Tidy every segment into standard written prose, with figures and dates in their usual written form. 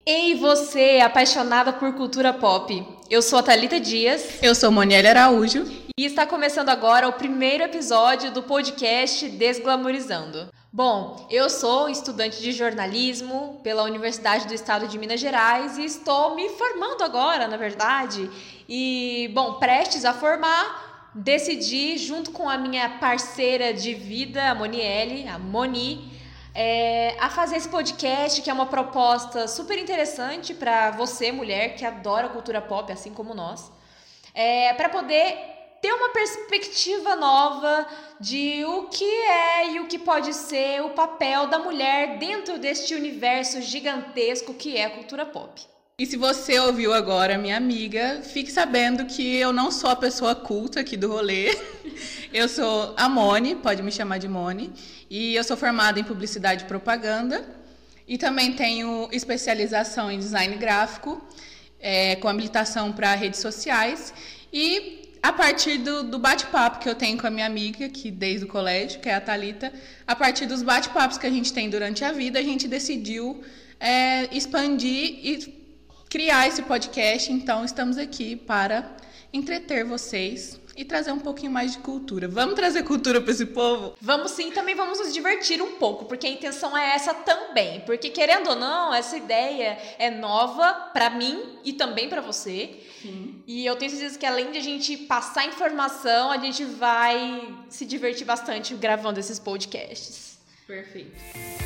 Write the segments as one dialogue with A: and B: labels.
A: Ei, você, apaixonada por cultura pop. Eu sou a Thalita Dias.
B: Eu sou Monielle Araújo.
A: E está começando agora o primeiro episódio do podcast Desglamorizando. Bom, eu sou estudante de jornalismo pela Universidade do Estado de Minas Gerais e estou me formando agora, na verdade. E, bom, prestes a formar, decidi, junto com a minha parceira de vida, a Monielle, a Moni, a fazer esse podcast, que é uma proposta super interessante para você, mulher, que adora cultura pop, assim como nós, para poder ter uma perspectiva nova de o que é e o que pode ser o papel da mulher dentro deste universo gigantesco que é a cultura pop.
B: E se você ouviu agora, minha amiga, fique sabendo que eu não sou a pessoa culta aqui do rolê. Eu sou a Moni, pode me chamar de Moni, e eu sou formada em publicidade e propaganda e também tenho especialização em design gráfico, com habilitação para redes sociais, e a partir do bate-papo que eu tenho com a minha amiga, que desde o colégio, que é a Thalita, a partir dos bate-papos que a gente tem durante a vida, a gente decidiu expandir e criar esse podcast. Então estamos aqui para entreter vocês e trazer um pouquinho mais de cultura. Vamos trazer cultura para esse povo?
A: Vamos sim, também vamos nos divertir um pouco, porque a intenção é essa também. Porque, querendo ou não, essa ideia é nova para mim e também para você.
B: Sim.
A: E eu tenho certeza que, além de a gente passar informação, a gente vai se divertir bastante gravando esses podcasts.
B: Perfeito.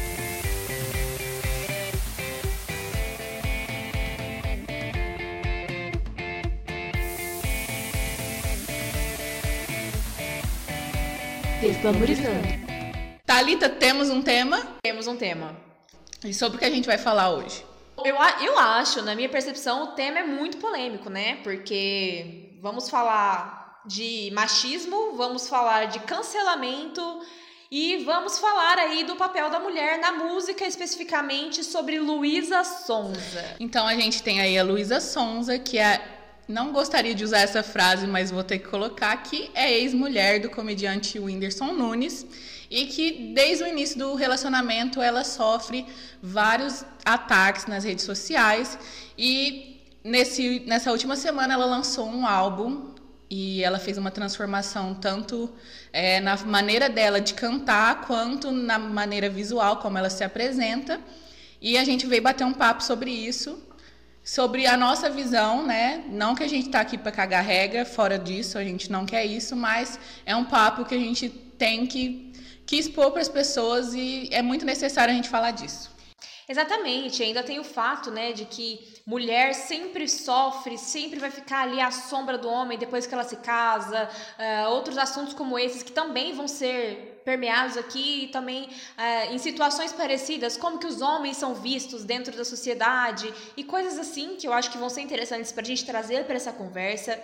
A: Desglamorizando.
B: Thalita, temos um tema?
A: Temos um tema.
B: E sobre o que a gente vai falar hoje?
A: Eu acho, na minha percepção, o tema é muito polêmico, né? Porque vamos falar de machismo, vamos falar de cancelamento e vamos falar aí do papel da mulher na música, especificamente sobre Luísa Sonza.
B: Então a gente tem aí a Luísa Sonza, que não gostaria de usar essa frase, mas vou ter que colocar, que é ex-mulher do comediante Whindersson Nunes e que desde o início do relacionamento ela sofre vários ataques nas redes sociais e nessa última semana ela lançou um álbum e ela fez uma transformação tanto na maneira dela de cantar quanto na maneira visual como ela se apresenta, e a gente veio bater um papo sobre isso, sobre a nossa visão, né? Não que a gente tá aqui para cagar regra, fora disso, a gente não quer isso, mas é um papo que a gente tem que expor para as pessoas e é muito necessário a gente falar disso.
A: Exatamente, ainda tem o fato, né, de que mulher sempre sofre, sempre vai ficar ali à sombra do homem depois que ela se casa, outros assuntos como esses que também vão ser permeados aqui, e também em situações parecidas, como que os homens são vistos dentro da sociedade e coisas assim que eu acho que vão ser interessantes para a gente trazer para essa conversa.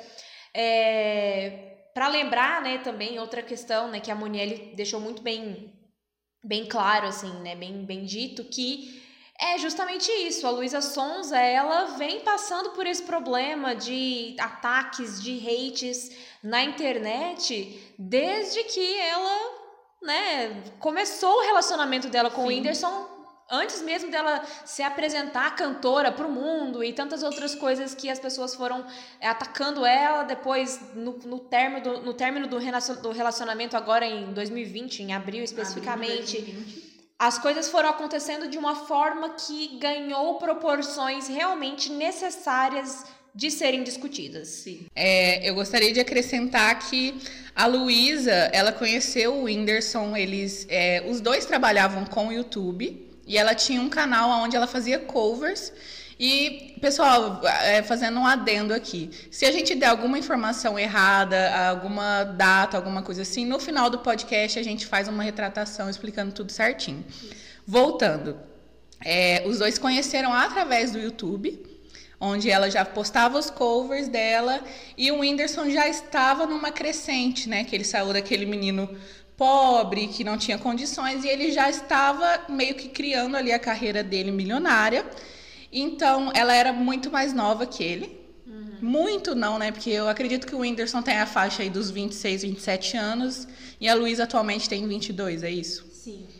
A: Para lembrar, né, também outra questão, né, que a Monielle deixou muito bem claro, assim, né, bem dito, que é justamente isso. A Luísa Sonza, ela vem passando por esse problema de ataques, de hates na internet desde que ela, né, começou o relacionamento dela com o Whindersson, antes mesmo dela se apresentar cantora para o mundo e tantas outras coisas que as pessoas foram atacando ela. Depois, no término do relacionamento agora em 2020, em abril especificamente, 2020. As coisas foram acontecendo de uma forma que ganhou proporções realmente necessárias de serem discutidas.
B: Sim. Eu gostaria de acrescentar que a Luísa, ela conheceu o Whindersson, os dois trabalhavam com o YouTube e ela tinha um canal onde ela fazia covers. E, pessoal, fazendo um adendo aqui, se a gente der alguma informação errada, alguma data, alguma coisa assim, no final do podcast a gente faz uma retratação explicando tudo certinho. Voltando, os dois conheceram através do YouTube, onde ela já postava os covers dela, e o Whindersson já estava numa crescente, né, que ele saiu daquele menino pobre, que não tinha condições, e ele já estava meio que criando ali a carreira dele milionária. Então, ela era muito mais nova que ele. Uhum. Muito não, né? Porque eu acredito que o Whindersson tem a faixa aí dos 26, 27 anos. E a Luísa atualmente tem 22, é isso?
A: Sim.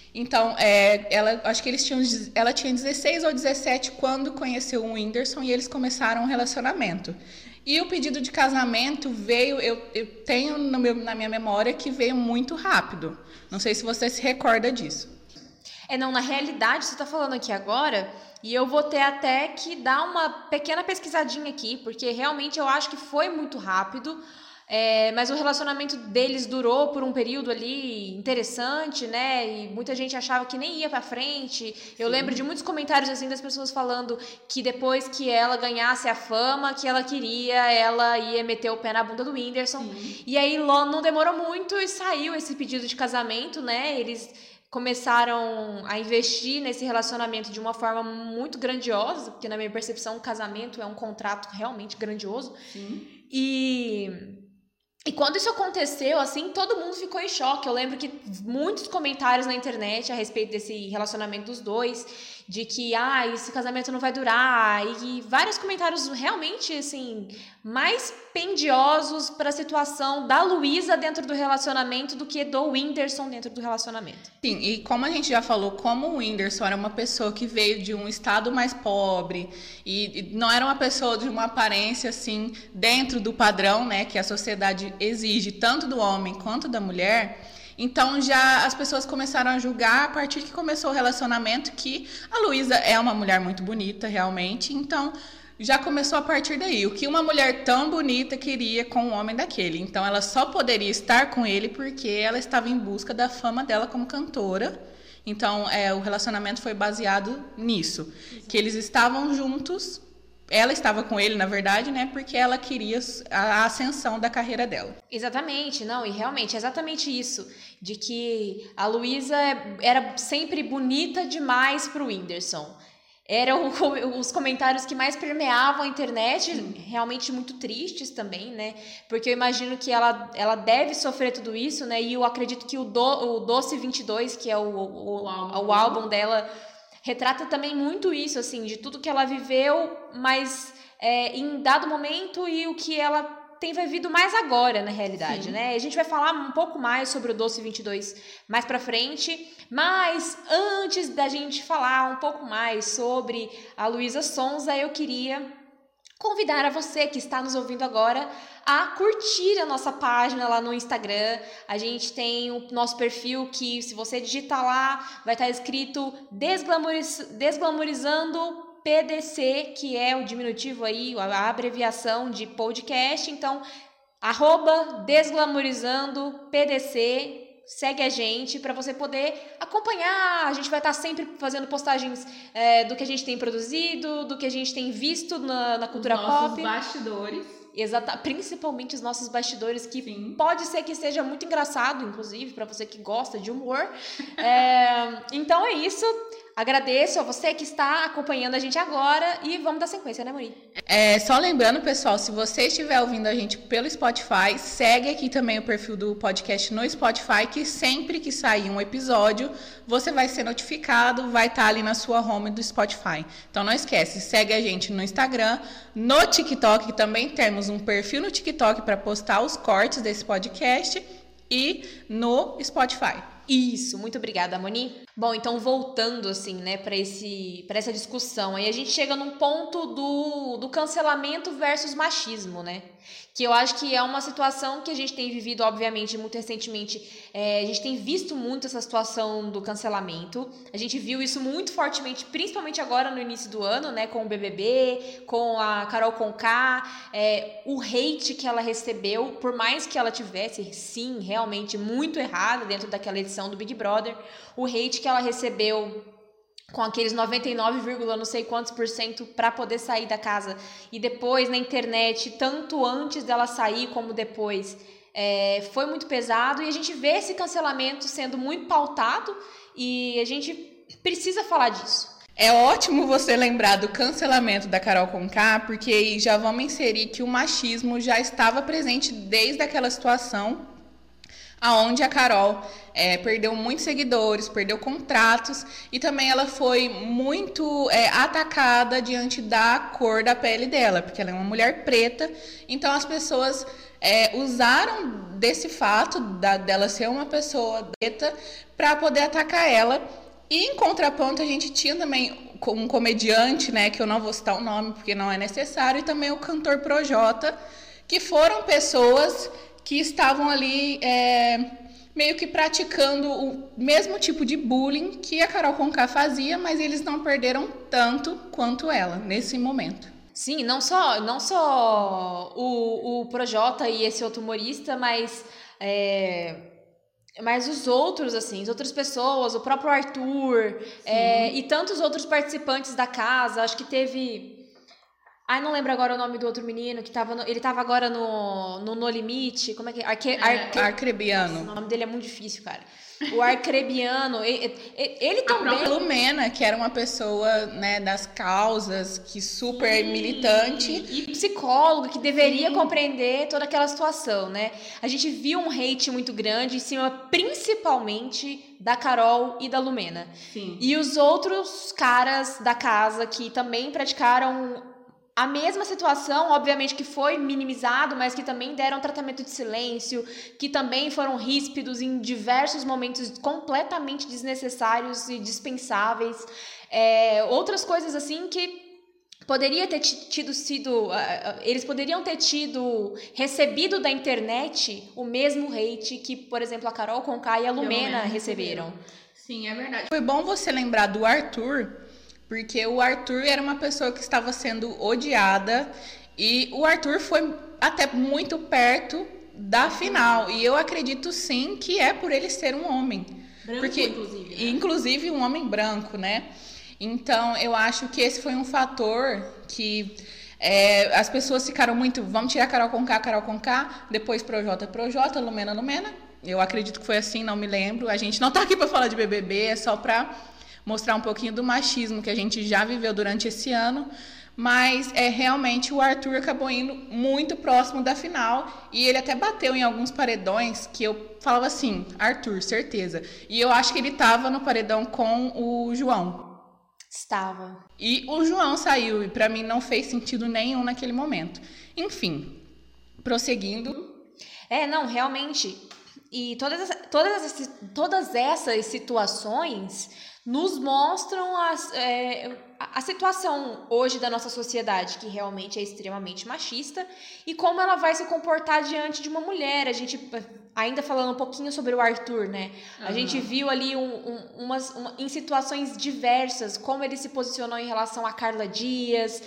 B: Então, acho que ela tinha 16 ou 17 quando conheceu o Whindersson e eles começaram um relacionamento. E o pedido de casamento veio, eu tenho na minha memória que veio muito rápido. Não sei se você se recorda disso.
A: Não, na realidade, você está falando aqui agora, e eu vou ter até que dar uma pequena pesquisadinha aqui, porque realmente eu acho que foi muito rápido. Mas o relacionamento deles durou por um período ali interessante, né? E muita gente achava que nem ia pra frente. Eu lembro de muitos comentários assim das pessoas falando que depois que ela ganhasse a fama que ela queria, ela ia meter o pé na bunda do Whindersson. Sim. E aí não demorou muito e saiu esse pedido de casamento, né? Eles começaram a investir nesse relacionamento de uma forma muito grandiosa, porque na minha percepção o casamento é um contrato realmente grandioso. Sim. E quando isso aconteceu, assim, todo mundo ficou em choque. Eu lembro que muitos comentários na internet a respeito desse relacionamento dos dois, de que, esse casamento não vai durar, e vários comentários realmente, assim, mais pendiosos para a situação da Luísa dentro do relacionamento do que do Whindersson dentro do relacionamento.
B: Sim, e como a gente já falou, como o Whindersson era uma pessoa que veio de um estado mais pobre e não era uma pessoa de uma aparência, assim, dentro do padrão, né, que a sociedade exige, tanto do homem quanto da mulher. Então, já as pessoas começaram a julgar a partir que começou o relacionamento que a Luísa é uma mulher muito bonita, realmente. Então, já começou a partir daí. O que uma mulher tão bonita queria com um homem daquele. Então, ela só poderia estar com ele porque ela estava em busca da fama dela como cantora. Então, o relacionamento foi baseado nisso. Que eles estavam juntos. Ela estava com ele, na verdade, né? Porque ela queria a ascensão da carreira dela.
A: Exatamente, não, e realmente é exatamente isso. De que a Luísa era sempre bonita demais pro Whindersson. Eram os comentários que mais permeavam a internet, realmente muito tristes também, né? Porque eu imagino que ela deve sofrer tudo isso, né? E eu acredito que o Doce 22, que é o álbum dela, retrata também muito isso, assim, de tudo que ela viveu, mas em dado momento e o que ela tem vivido mais agora, na realidade, Sim. né? A gente vai falar um pouco mais sobre o Doce 22 mais pra frente, mas antes da gente falar um pouco mais sobre a Luísa Sonza, eu queria convidar a você que está nos ouvindo agora a curtir a nossa página lá no Instagram. A gente tem o nosso perfil que, se você digitar lá, vai estar escrito Desglamorizando PDC, que é o diminutivo aí, a abreviação de podcast. Então, @Desglamorizando PDC, segue a gente para você poder acompanhar. A gente vai estar sempre fazendo postagens do que a gente tem produzido, do que a gente tem visto na cultura pop.
B: Nossos bastidores.
A: Principalmente os nossos bastidores, que
B: Sim.
A: pode ser que seja muito engraçado, inclusive, para você que gosta de humor. Então é isso. Agradeço a você que está acompanhando a gente agora e vamos dar sequência, né, Moni?
B: Só lembrando, pessoal, se você estiver ouvindo a gente pelo Spotify, segue aqui também o perfil do podcast no Spotify, que sempre que sair um episódio, você vai ser notificado, vai estar ali na sua home do Spotify. Então não esquece, segue a gente no Instagram, no TikTok, que também temos um perfil no TikTok para postar os cortes desse podcast, e no Spotify.
A: Isso, muito obrigada, Moni. Bom, então voltando assim, né, para essa discussão, aí a gente chega num ponto do cancelamento versus machismo, né? Que eu acho que é uma situação que a gente tem vivido, obviamente, muito recentemente. A gente tem visto muito essa situação do cancelamento. A gente viu isso muito fortemente, principalmente agora no início do ano, né, com o BBB, com a Carol Conká, o hate que ela recebeu, por mais que ela tivesse, sim, realmente muito errada dentro daquela edição do Big Brother, o hate que ela recebeu com aqueles 99, não sei quantos % para poder sair da casa, e depois na internet, tanto antes dela sair como depois, foi muito pesado, e a gente vê esse cancelamento sendo muito pautado, e a gente precisa falar disso.
B: É ótimo você lembrar do cancelamento da Carol Conká, porque aí já vamos inserir que o machismo já estava presente desde aquela situação, aonde a Carol perdeu muitos seguidores, perdeu contratos, e também ela foi muito atacada diante da cor da pele dela, porque ela é uma mulher preta, então as pessoas usaram desse fato dela ser uma pessoa preta para poder atacar ela. E em contraponto, a gente tinha também um comediante, né, que eu não vou citar o nome porque não é necessário, e também o cantor Projota, que foram pessoas que estavam ali meio que praticando o mesmo tipo de bullying que a Carol Conká fazia, mas eles não perderam tanto quanto ela nesse momento.
A: Sim, não só o Projota e esse outro humorista, mas os outros, assim, as outras pessoas, o próprio Arthur, e tantos outros participantes da casa. Acho que teve... Ai, não lembro agora o nome do outro menino, que ele tava agora no Limite. Como é que é?
B: Arcrebiano.
A: O nome dele é muito difícil, cara. O Arcrebiano, ele também...
B: A própria Lumena, que era uma pessoa, né, das causas, que super militante.
A: E psicólogo, que deveria compreender toda aquela situação, né? A gente viu um hate muito grande em cima, principalmente, da Carol e da Lumena.
B: Sim.
A: E os outros caras da casa que também praticaram a mesma situação, obviamente que foi minimizado, mas que também deram tratamento de silêncio, que também foram ríspidos em diversos momentos completamente desnecessários e dispensáveis. Outras coisas assim que poderia ter eles poderiam ter recebido da internet o mesmo hate que, por exemplo, a Carol Conká e a Lumena receberam.
B: Sim, é verdade. Foi bom você lembrar do Arthur, porque o Arthur era uma pessoa que estava sendo odiada e o Arthur foi até muito perto da final. E eu acredito sim que é por ele ser um homem.
A: Branco, inclusive. Né?
B: Inclusive um homem branco, né? Então eu acho que esse foi um fator que as pessoas ficaram muito... Vamos tirar Carol Conká, depois Projota, Lumena. Eu acredito que foi assim, não me lembro. A gente não tá aqui para falar de BBB, é só para mostrar um pouquinho do machismo que a gente já viveu durante esse ano, mas realmente o Arthur acabou indo muito próximo da final e ele até bateu em alguns paredões que eu falava assim, Arthur, certeza. E eu acho que ele estava no paredão com o João.
A: Estava.
B: E o João saiu e para mim não fez sentido nenhum naquele momento. Enfim, prosseguindo.
A: Não, realmente. E todas essas situações nos mostram a situação hoje da nossa sociedade, que realmente é extremamente machista, e como ela vai se comportar diante de uma mulher. A gente, ainda falando um pouquinho sobre o Arthur, né? A gente viu ali em situações diversas, como ele se posicionou em relação a Carla Dias,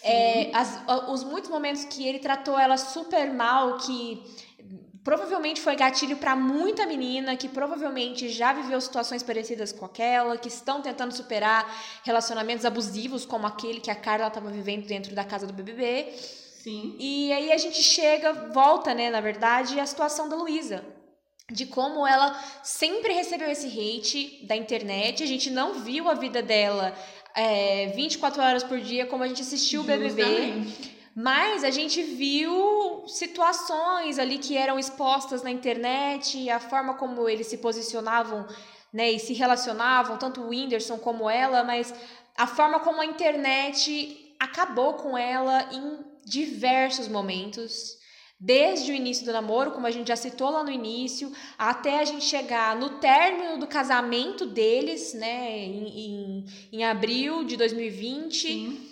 A: os muitos momentos que ele tratou ela super mal, que provavelmente foi gatilho para muita menina que provavelmente já viveu situações parecidas com aquela, que estão tentando superar relacionamentos abusivos como aquele que a Carla estava vivendo dentro da casa do BBB.
B: Sim.
A: E aí a gente volta, né, na verdade, a situação da Luísa, de como ela sempre recebeu esse hate da internet. A gente não viu a vida dela 24 horas por dia como a gente assistiu o BBB.
B: Justamente.
A: Mas a gente viu situações ali que eram expostas na internet, a forma como eles se posicionavam, né, e se relacionavam, tanto o Whindersson como ela, mas a forma como a internet acabou com ela em diversos momentos, desde o início do namoro, como a gente já citou lá no início, até a gente chegar no término do casamento deles, né, em abril de 2020.
B: Sim.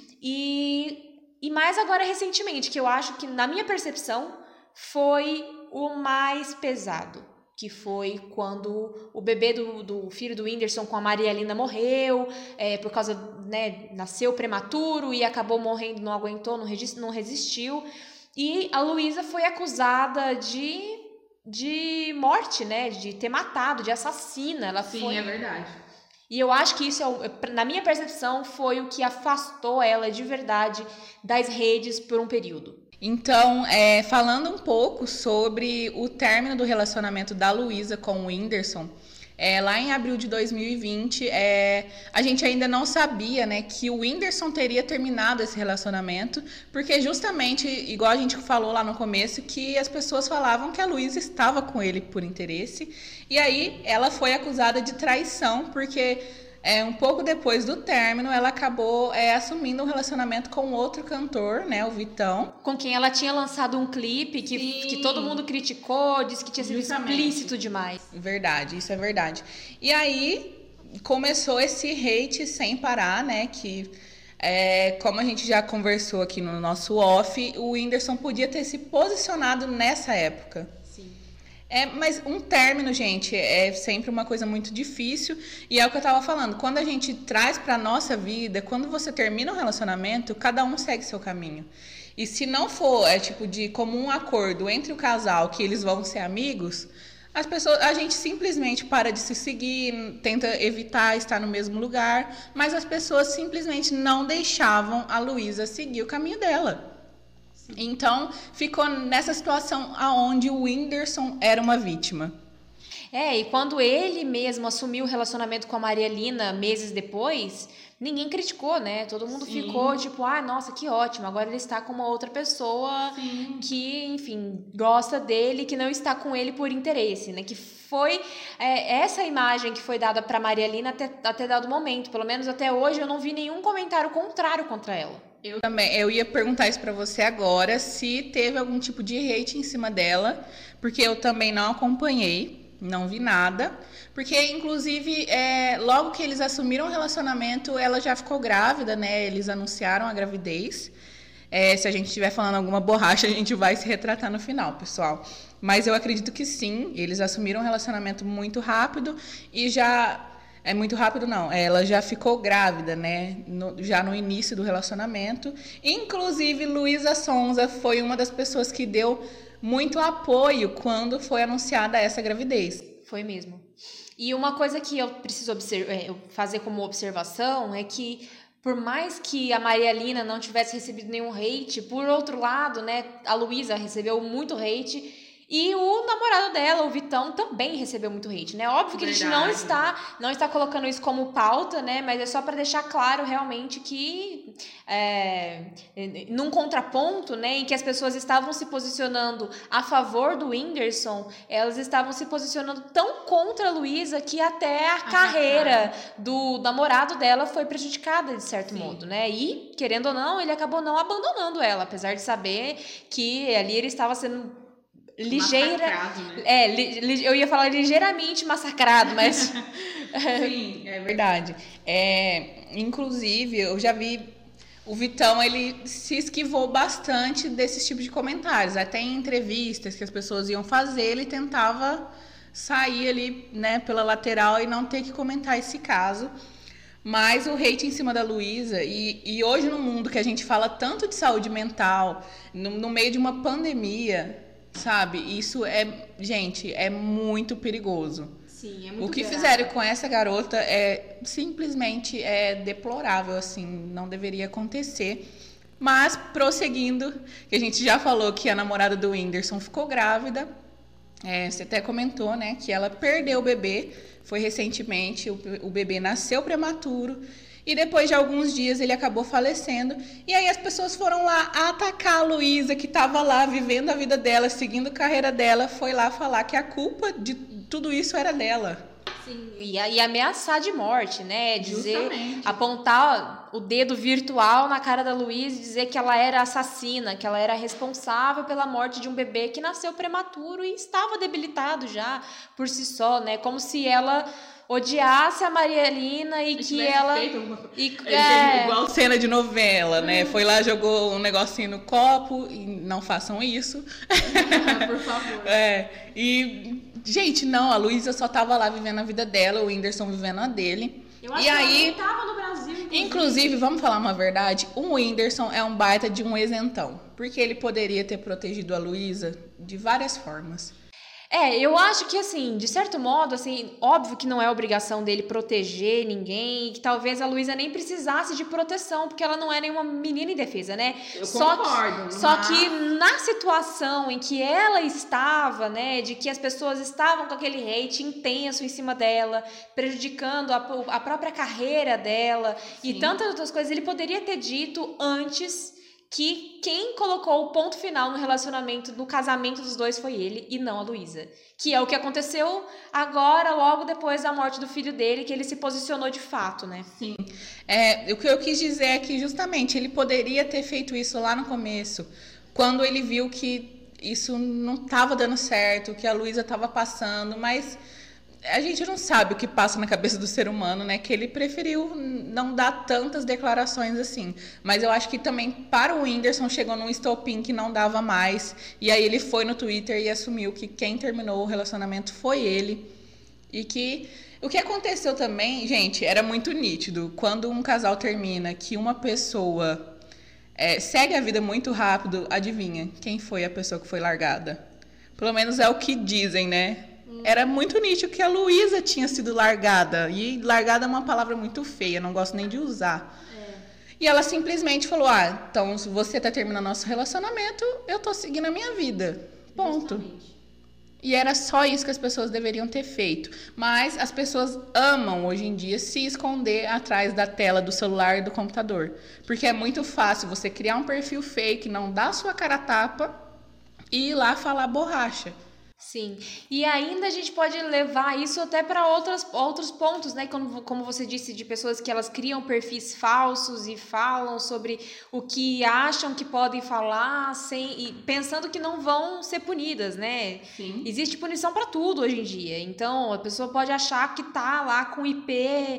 A: E mais agora recentemente, que eu acho que, na minha percepção, foi o mais pesado. Que foi quando o bebê do filho do Whindersson com a Maria Helena morreu, por causa, né, nasceu prematuro e acabou morrendo, não aguentou, não resistiu. E a Luísa foi acusada de morte, né, de ter matado, de assassina.
B: Sim, é verdade.
A: E eu acho que isso, na minha percepção, foi o que afastou ela de verdade das redes por um período.
B: Então, falando um pouco sobre o término do relacionamento da Luísa com o Whindersson, lá em abril de 2020, a gente ainda não sabia, né, que o Whindersson teria terminado esse relacionamento, porque justamente, igual a gente falou lá no começo, que as pessoas falavam que a Luísa estava com ele por interesse, e aí ela foi acusada de traição, porque um pouco depois do término, ela acabou assumindo um relacionamento com outro cantor, né, o Vitão.
A: Com quem ela tinha lançado um clipe que todo mundo criticou, disse que tinha sido explícito demais.
B: Verdade, isso é verdade. E aí começou esse hate sem parar, né, que como a gente já conversou aqui no nosso off, o Whindersson podia ter se posicionado nessa época. Mas um término, gente, é sempre uma coisa muito difícil. E é o que eu tava falando. Quando a gente traz pra nossa vida, quando você termina um relacionamento, cada um segue seu caminho. E se não for, tipo, de comum acordo entre o casal que eles vão ser amigos, a gente simplesmente para de se seguir, tenta evitar estar no mesmo lugar, mas as pessoas simplesmente não deixavam a Luísa seguir o caminho dela. Então, ficou nessa situação aonde o Whindersson era uma vítima.
A: E quando ele mesmo assumiu o relacionamento com a Maria Lina meses depois, ninguém criticou, né? Todo mundo ficou tipo, nossa, que ótimo, agora ele está com uma outra pessoa que, enfim, gosta dele, que não está com ele por interesse, né? Que foi essa imagem que foi dada para Maria Lina até dado momento. Pelo menos até hoje eu não vi nenhum comentário contrário contra ela.
B: Eu ia perguntar isso pra você agora, se teve algum tipo de hate em cima dela, porque eu também não acompanhei, não vi nada, porque inclusive logo que eles assumiram o relacionamento, ela já ficou grávida, né? Eles anunciaram a gravidez. Se a gente estiver falando alguma borracha, a gente vai se retratar no final, pessoal. Mas eu acredito que sim, eles assumiram um relacionamento muito rápido e já... muito rápido, não. Ela já ficou grávida, né? Já no início do relacionamento. Inclusive, Luísa Sonza foi uma das pessoas que deu muito apoio quando foi anunciada essa gravidez.
A: Foi mesmo. E uma coisa que eu preciso fazer como observação é que, por mais que a Maria Lina não tivesse recebido nenhum hate, por outro lado, né, a Luísa recebeu muito hate. E o namorado dela, o Vitão, também recebeu muito hate, né? Óbvio que a gente não está colocando isso como pauta, né? Mas é só para deixar claro realmente que num contraponto, né, em que as pessoas estavam se posicionando a favor do Whindersson, elas estavam se posicionando tão contra a Luísa que até a carreira do namorado dela foi prejudicada de certo modo, né? E, querendo ou não, ele acabou não abandonando ela, apesar de saber que ali ele estava sendo massacrado, né? Eu ia falar ligeiramente massacrado, mas...
B: Sim, é verdade. Inclusive, eu já vi o Vitão, ele se esquivou bastante desse tipo de comentários. Até em entrevistas que as pessoas iam fazer, ele tentava sair ali, né, pela lateral e não ter que comentar esse caso. Mas o hate em cima da Luísa, e hoje no mundo que a gente fala tanto de saúde mental, no meio de uma pandemia... Sabe, isso gente, é muito perigoso.
A: Sim, é muito
B: O que
A: grave.
B: fizeram com essa garota simplesmente deplorável, assim, não deveria acontecer. Mas, prosseguindo, que a gente já falou que a namorada do Whindersson ficou grávida, você até comentou, né, que ela perdeu o bebê, foi recentemente, o bebê nasceu prematuro, e depois de alguns dias ele acabou falecendo. E aí as pessoas foram lá atacar a Luísa, que estava lá vivendo a vida dela, seguindo a carreira dela, foi lá falar que a culpa de tudo isso era dela.
A: Sim, e ameaçar de morte, né?
B: Justamente.
A: Apontar o dedo virtual na cara da Luísa e dizer que ela era assassina, que ela era responsável pela morte de um bebê que nasceu prematuro e estava debilitado já por si só, né? Como se ela odiasse a Maria Lina e que ela...
B: Igual cena de novela, né? Foi lá, jogou um negocinho no copo, e não façam isso.
A: Por favor.
B: Gente, não, a Luísa só tava lá vivendo a vida dela, o Whindersson vivendo a dele.
A: Eu acho que ela nem tava no Brasil,
B: inclusive, vamos falar uma verdade, o Whindersson é um baita de um isentão, porque ele poderia ter protegido a Luísa de várias formas.
A: Eu acho que, assim, de certo modo, assim, óbvio que não é obrigação dele proteger ninguém, e que talvez a Luísa nem precisasse de proteção, porque ela não é nenhuma menina indefesa, né?
B: Eu concordo.
A: Só que na situação em que ela estava, né, de que as pessoas estavam com aquele hate intenso em cima dela, prejudicando a própria carreira dela, e tantas outras coisas, ele poderia ter dito antes que quem colocou o ponto final no relacionamento, no casamento dos dois foi ele e não a Luísa. Que é o que aconteceu agora, logo depois da morte do filho dele, que ele se posicionou de fato, né?
B: Sim. O que eu quis dizer é que justamente ele poderia ter feito isso lá no começo, quando ele viu que isso não estava dando certo, que a Luísa estava passando, mas a gente não sabe o que passa na cabeça do ser humano, né? Que ele preferiu não dar tantas declarações assim. Mas eu acho que também para o Whindersson chegou num estopim que não dava mais. E aí ele foi no Twitter e assumiu que quem terminou o relacionamento foi ele. E que o que aconteceu também, gente, era muito nítido. Quando um casal termina, que uma pessoa segue a vida muito rápido, adivinha quem foi a pessoa que foi largada? Pelo menos é o que dizem, né? Era muito nítido que a Luísa tinha sido largada. E largada é uma palavra muito feia, não gosto nem de usar. E ela simplesmente falou, então se você tá terminando nosso relacionamento, eu tô seguindo a minha vida. Ponto. Justamente. E era só isso que as pessoas deveriam ter feito. Mas as pessoas amam, hoje em dia, se esconder atrás da tela do celular e do computador. Porque é muito fácil você criar um perfil fake, não dar sua cara a tapa e ir lá falar borracha.
A: Sim, e ainda a gente pode levar isso até para outros pontos, né? Como você disse, de pessoas que elas criam perfis falsos e falam sobre o que acham que podem falar e pensando que não vão ser punidas, né?
B: Sim.
A: Existe punição para tudo hoje em dia, então a pessoa pode achar que tá lá com IP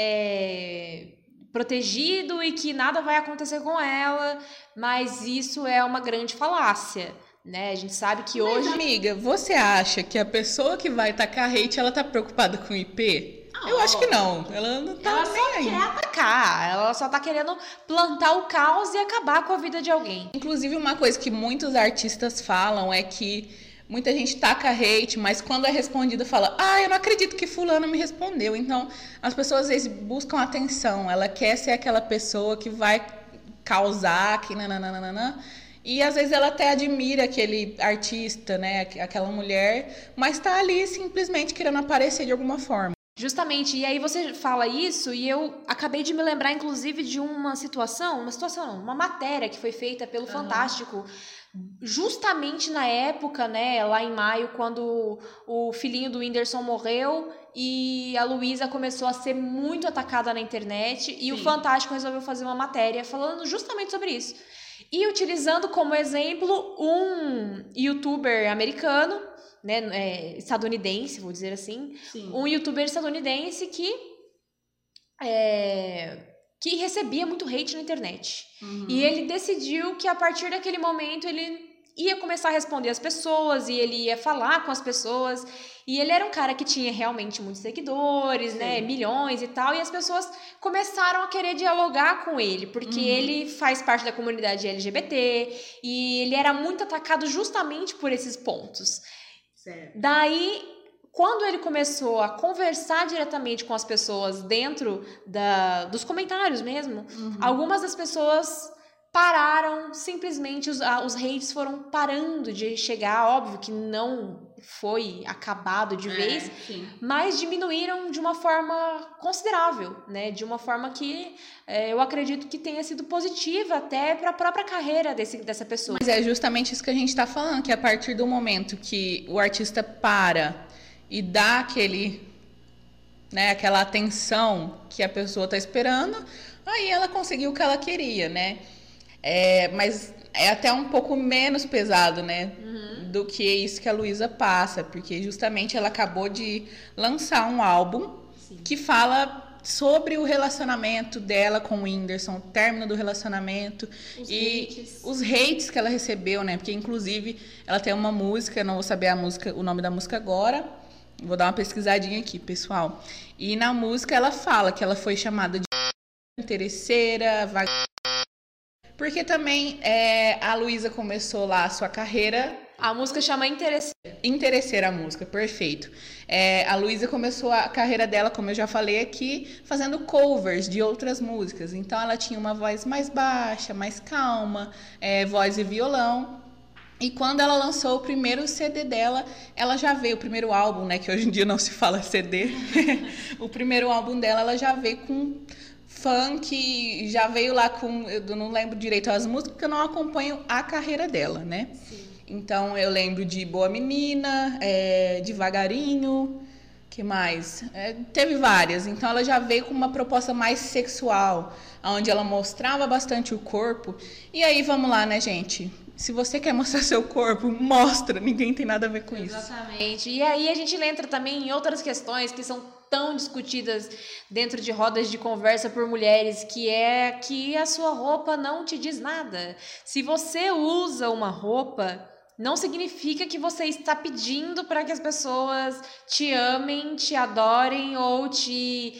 A: protegido e que nada vai acontecer com ela, mas isso é uma grande falácia. Né? A gente sabe que hoje...
B: Mas, amiga, você acha que a pessoa que vai tacar hate, ela tá preocupada com o IP? Eu acho que não. Ela não tá
A: ela só quer atacar. Ela só tá querendo plantar o caos e acabar com a vida de alguém.
B: Inclusive, uma coisa que muitos artistas falam é que muita gente taca hate, mas quando é respondido fala, eu não acredito que fulano me respondeu. Então, as pessoas às vezes buscam atenção. Ela quer ser aquela pessoa que vai causar, que nananana. E às vezes ela até admira aquele artista, né, aquela mulher, mas tá ali simplesmente querendo aparecer de alguma forma.
A: Justamente, e aí você fala isso e eu acabei de me lembrar inclusive de uma matéria que foi feita pelo Fantástico, justamente na época, né, lá em maio, quando o filhinho do Whindersson morreu e a Luísa começou a ser muito atacada na internet. Sim. E o Fantástico resolveu fazer uma matéria falando justamente sobre isso. E utilizando como exemplo um youtuber americano, né, estadunidense, vou dizer assim. Sim. Um youtuber estadunidense que recebia muito hate na internet. Uhum. E ele decidiu que a partir daquele momento ele ia começar a responder as pessoas e ele ia falar com as pessoas. E ele era um cara que tinha realmente muitos seguidores, né, milhões e tal, e as pessoas começaram a querer dialogar com ele, porque ele faz parte da comunidade LGBT e ele era muito atacado justamente por esses pontos. Certo. Daí, quando ele começou a conversar diretamente com as pessoas dentro dos comentários mesmo, algumas das pessoas pararam, simplesmente os hates foram parando de chegar, óbvio que não foi acabado de vez, mas diminuíram de uma forma considerável, né? De uma forma que eu acredito que tenha sido positiva até para a própria carreira dessa pessoa.
B: Mas é justamente isso que a gente está falando, que a partir do momento que o artista para e dá aquela atenção que a pessoa está esperando, aí ela conseguiu o que ela queria, né? Mas é até um pouco menos pesado, né? Do que isso que a Luísa passa, porque justamente ela acabou de lançar um álbum que fala sobre o relacionamento dela com o Whindersson, o término do relacionamento os hates que ela recebeu, né? Porque inclusive ela tem uma música, não vou saber o nome da música agora, vou dar uma pesquisadinha aqui, pessoal. E na música ela fala que ela foi chamada de interesseira, porque também a Luísa começou lá a sua carreira.
A: A música chama Interesseira.
B: Interesseira a música, perfeito. A Luísa começou a carreira dela, como eu já falei aqui, fazendo covers de outras músicas. Então ela tinha uma voz mais baixa, mais calma, voz e violão. E quando ela lançou o primeiro CD dela, ela já veio, o primeiro álbum, né, que hoje em dia não se fala CD, o primeiro álbum dela, ela já veio com funk, já veio lá com... Eu não lembro direito as músicas, porque eu não acompanho a carreira dela, né?
A: Sim.
B: Então, eu lembro de Boa Menina, Devagarinho, que mais? Teve várias. Então, ela já veio com uma proposta mais sexual, onde ela mostrava bastante o corpo. E aí, vamos lá, né, gente? Se você quer mostrar seu corpo, mostra. Ninguém tem nada a ver com isso.
A: Exatamente. E aí a gente entra também em outras questões que são tão discutidas dentro de rodas de conversa por mulheres, que é que a sua roupa não te diz nada. Se você usa uma roupa, não significa que você está pedindo para que as pessoas te amem, te adorem ou te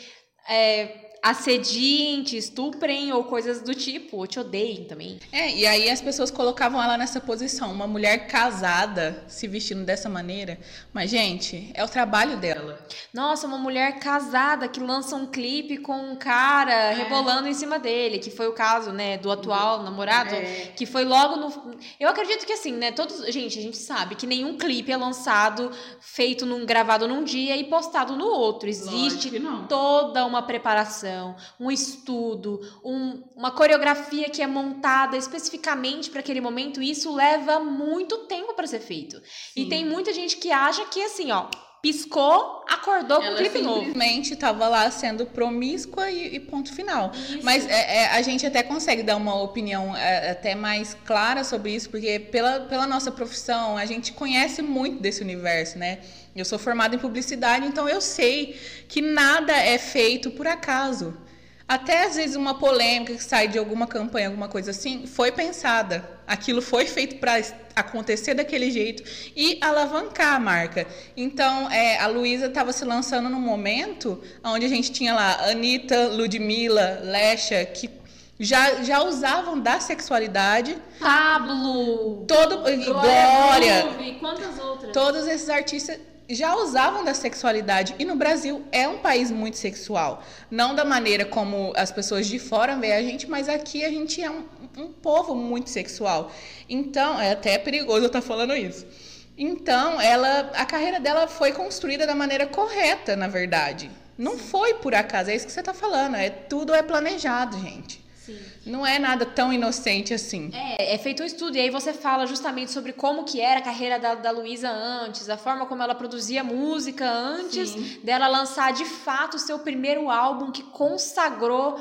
A: assediem, te estuprem ou coisas do tipo, ou te odeiem também.
B: E aí as pessoas colocavam ela nessa posição, uma mulher casada se vestindo dessa maneira. Mas, gente, é o trabalho dela.
A: Nossa, uma mulher casada que lança um clipe com um cara rebolando em cima dele, que foi o caso, né, do atual namorado, que foi logo no... Eu acredito que assim, né, Gente, a gente sabe que nenhum clipe é lançado, gravado num dia e postado no outro. Existe toda uma preparação, um estudo, uma coreografia que é montada especificamente para aquele momento, e isso leva muito tempo para ser feito. Sim. E tem muita gente que acha que assim, ó, piscou, acordou com um clipe novo.
B: Ela simplesmente estava lá sendo promíscua e ponto final. Isso. Mas a gente até consegue dar uma opinião até mais clara sobre isso, porque pela nossa profissão, a gente conhece muito desse universo, né? Eu sou formada em publicidade, então eu sei que nada é feito por acaso. Até às vezes uma polêmica que sai de alguma campanha, alguma coisa assim, foi pensada. Aquilo foi feito para acontecer daquele jeito e alavancar a marca. Então, a Luísa estava se lançando num momento onde a gente tinha lá Anitta, Ludmilla, Lesha, que já usavam da sexualidade.
A: Pablo,
B: Glória,
A: quantas outras?
B: Todos esses artistas já usavam da sexualidade, e no Brasil é um país muito sexual, não da maneira como as pessoas de fora veem a gente, mas aqui a gente é um povo muito sexual, então é até perigoso eu estar falando isso. Então a carreira dela foi construída da maneira correta, na verdade, não foi por acaso, é isso que você está falando, tudo é planejado, gente. Sim. Não é nada tão inocente assim.
A: É feito um estudo, e aí você fala justamente sobre como que era a carreira da Luísa antes, a forma como ela produzia música antes dela lançar de fato o seu primeiro álbum, que consagrou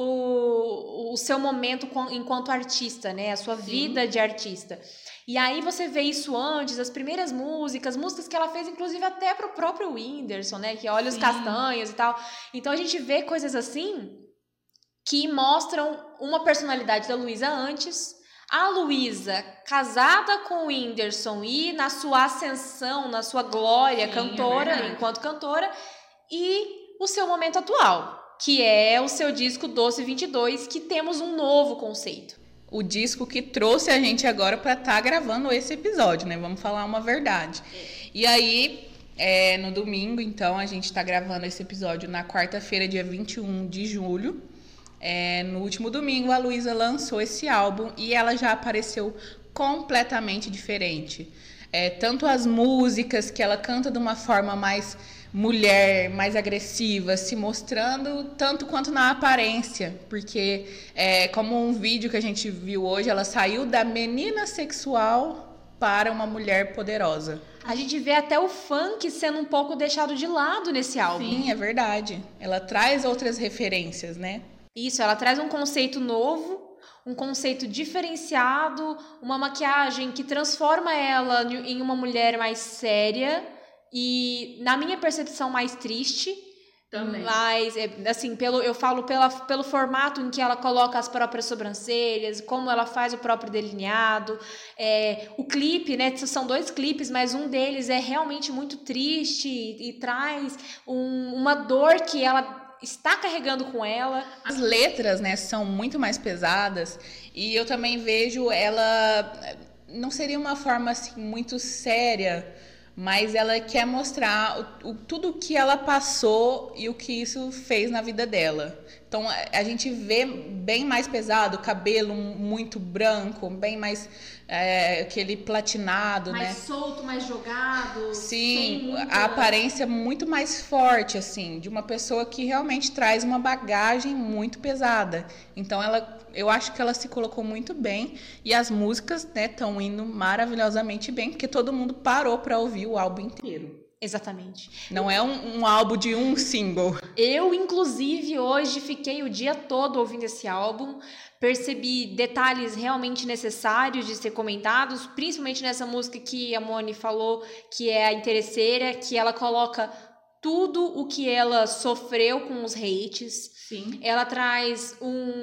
A: o seu momento enquanto artista, né? A sua vida de artista. E aí você vê isso antes, as primeiras músicas que ela fez, inclusive até pro próprio Whindersson, né? Que olha os castanhos e tal. Então a gente vê coisas assim que mostram uma personalidade da Luísa antes, a Luísa casada com o Whindersson e na sua ascensão, na sua glória, enquanto cantora, e o seu momento atual, que é o seu disco Doce 22, que temos um novo conceito.
B: O disco que trouxe a gente agora para estar gravando esse episódio, né? Vamos falar uma verdade. E aí, no domingo, então, a gente está gravando esse episódio na quarta-feira, dia 21 de julho. No último domingo, a Luísa lançou esse álbum e ela já apareceu completamente diferente. Tanto as músicas, que ela canta de uma forma mais mulher, mais agressiva, se mostrando tanto quanto na aparência, porque como um vídeo que a gente viu hoje, ela saiu da menina sexual para uma mulher poderosa.
A: A gente vê até o funk sendo um pouco deixado de lado nesse álbum.
B: Sim, é verdade. Ela traz outras referências, né?
A: Isso, ela traz um conceito novo, um conceito diferenciado, uma maquiagem que transforma ela em uma mulher mais séria e, na minha percepção, mais triste. Também. Mas, assim, eu falo pelo formato em que ela coloca as próprias sobrancelhas, como ela faz o próprio delineado. O clipe, né? São 2 clipes, mas um deles é realmente muito triste e traz uma dor que ela está carregando com ela.
B: As letras, né, são muito mais pesadas, e eu também vejo ela, não seria uma forma assim muito séria, mas ela quer mostrar tudo o que ela passou e o que isso fez na vida dela. Então, a gente vê bem mais pesado, cabelo muito branco, bem mais aquele platinado,
A: mais
B: né?
A: solto, mais jogado.
B: Sim, a aparência muito mais forte, assim, de uma pessoa que realmente traz uma bagagem muito pesada. Então, eu acho que ela se colocou muito bem e as músicas, né, estão indo maravilhosamente bem, porque todo mundo parou para ouvir o álbum inteiro.
A: Exatamente.
B: Não é um álbum de um single.
A: Eu, inclusive, hoje fiquei o dia todo ouvindo esse álbum, percebi detalhes realmente necessários de ser comentados, principalmente nessa música que a Moni falou, que é a Interesseira, que ela coloca tudo o que ela sofreu com os hates.
B: Sim.
A: Ela traz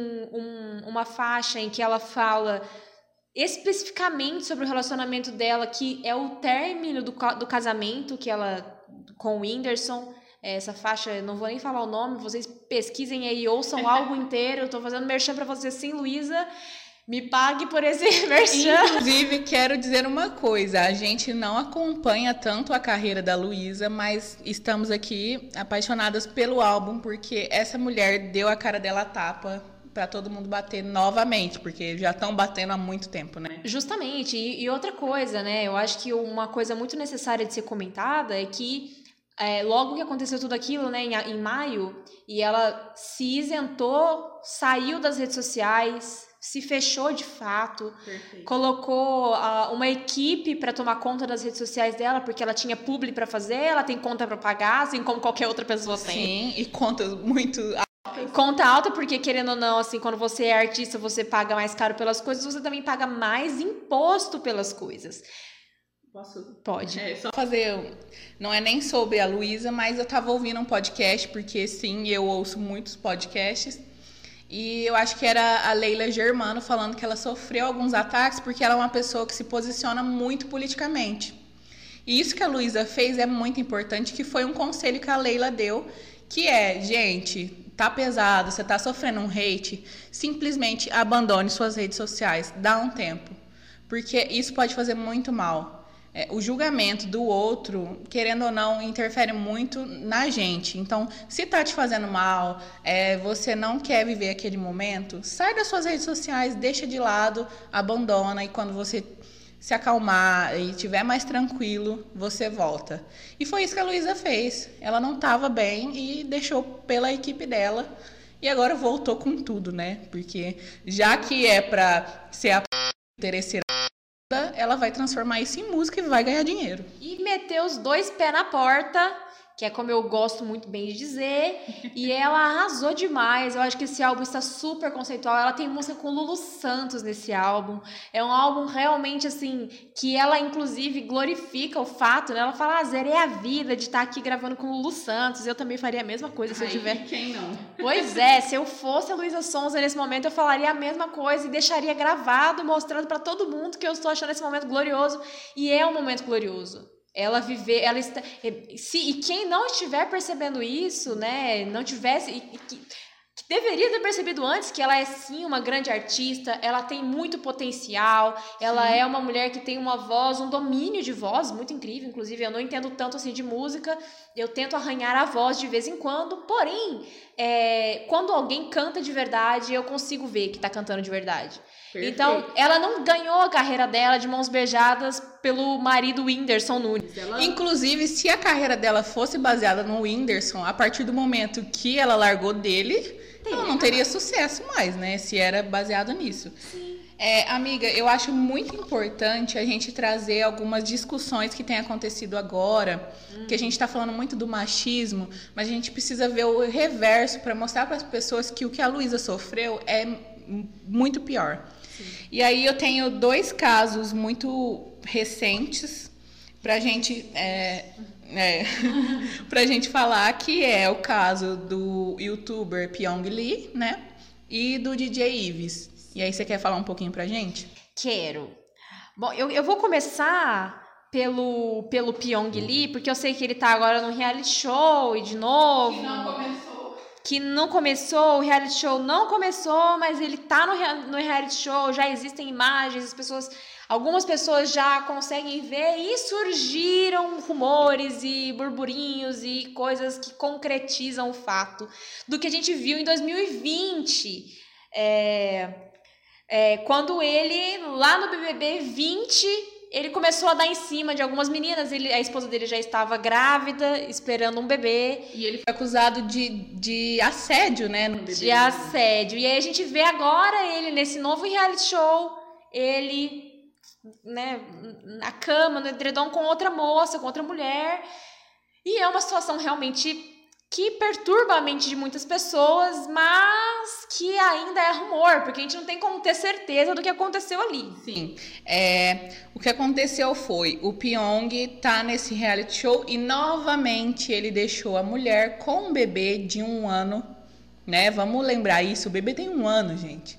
A: uma faixa em que ela fala especificamente sobre o relacionamento dela, que é o término do casamento que ela com o Whindersson. Essa faixa, eu não vou nem falar o nome, vocês pesquisem aí, ouçam o álbum inteiro. Eu tô fazendo merchan pra vocês sim, Luísa. Me pague por esse merchan.
B: Inclusive, quero dizer uma coisa. A gente não acompanha tanto a carreira da Luísa, mas estamos aqui apaixonadas pelo álbum, porque essa mulher deu a cara dela a tapa para todo mundo bater novamente, porque já estão batendo há muito tempo, né?
A: Justamente. E outra coisa, né? Eu acho que uma coisa muito necessária de ser comentada é que logo que aconteceu tudo aquilo, né, em maio, e ela se isentou, saiu das redes sociais, se fechou de fato. Perfeito. Colocou uma equipe para tomar conta das redes sociais dela, porque ela tinha publi para fazer, ela tem conta para pagar, assim como qualquer outra pessoa tem.
B: Sim, e contas muito
A: conta alta, porque querendo ou não, assim, quando você é artista, você paga mais caro pelas coisas, você também paga mais imposto pelas coisas.
B: Posso?
A: Pode.
B: Só fazer... Não é nem sobre a Luísa, mas eu tava ouvindo um podcast, porque sim, eu ouço muitos podcasts, e eu acho que era a Leila Germano falando que ela sofreu alguns ataques porque ela é uma pessoa que se posiciona muito politicamente. E isso que a Luísa fez é muito importante, que foi um conselho que a Leila deu, que é, gente, tá pesado, você tá sofrendo um hate, simplesmente abandone suas redes sociais, dá um tempo, porque isso pode fazer muito mal. O julgamento do outro, querendo ou não, interfere muito na gente. Então, se tá te fazendo mal, você não quer viver aquele momento, sai das suas redes sociais, deixa de lado, abandona, e quando você se acalmar e estiver mais tranquilo, você volta. E foi isso que a Luísa fez. Ela não estava bem e deixou pela equipe dela, e agora voltou com tudo, né? Porque já que é para ser a interesseira, ela vai transformar isso em música e vai ganhar dinheiro.
A: E meter os dois pés na porta, que é como eu gosto muito bem de dizer, e ela arrasou demais. Eu acho que esse álbum está super conceitual. Ela tem música com Lulu Santos nesse álbum. É um álbum realmente, assim, que ela, inclusive, glorifica o fato, né? Ela fala, zerei a vida de estar aqui gravando com Lulu Santos. Eu também faria a mesma coisa se eu tiver...
B: Quem não?
A: Pois é, se eu fosse a Luísa Sonza nesse momento, eu falaria a mesma coisa e deixaria gravado, mostrando para todo mundo que eu estou achando esse momento glorioso. E é um momento glorioso. Ela viver, ela está, e quem não estiver percebendo isso, né, não tivesse, que deveria ter percebido antes que ela é sim uma grande artista, ela tem muito potencial, ela é uma mulher que tem uma voz, um domínio de voz muito incrível. Inclusive, eu não entendo tanto assim de música, eu tento arranhar a voz de vez em quando, porém, quando alguém canta de verdade, eu consigo ver que tá cantando de verdade. Perfeito. Então, ela não ganhou a carreira dela de mãos beijadas pelo marido Whindersson Nunes.
B: Inclusive, se a carreira dela fosse baseada no Whindersson, a partir do momento que ela largou dele, ela não teria sucesso mais, né? Se era baseado nisso. Sim. Amiga, eu acho muito importante a gente trazer algumas discussões que têm acontecido agora, que a gente está falando muito do machismo, mas a gente precisa ver o reverso para mostrar para as pessoas que o que a Luísa sofreu é muito pior. Sim. E aí eu tenho 2 casos muito recentes pra gente pra gente falar, que é o caso do youtuber Pyong Lee, né? E do DJ Ives. E aí você quer falar um pouquinho pra gente?
A: Quero. Bom, eu vou começar pelo Pyong Lee, porque eu sei que ele tá agora no reality show e de novo.
B: Que não começou.
A: que não começou, o reality show não começou, mas ele tá no reality show, já existem imagens, algumas pessoas já conseguem ver, e surgiram rumores e burburinhos e coisas que concretizam o fato do que a gente viu em 2020, quando ele, lá no BBB 20, ele começou a dar em cima de algumas meninas, a esposa dele já estava grávida, esperando um bebê.
B: E ele foi acusado de assédio, né? No BBB.
A: De assédio. E aí a gente vê agora ele, nesse novo reality show, ele, né, na cama, no edredom, com outra moça, com outra mulher. E é uma situação realmente que perturba a mente de muitas pessoas, mas que ainda é rumor, porque a gente não tem como ter certeza do que aconteceu ali.
B: Sim. O que aconteceu foi, o Pyong tá nesse reality show e novamente ele deixou a mulher com um bebê de 1 ano, né? Vamos lembrar isso, o bebê tem 1 ano, gente.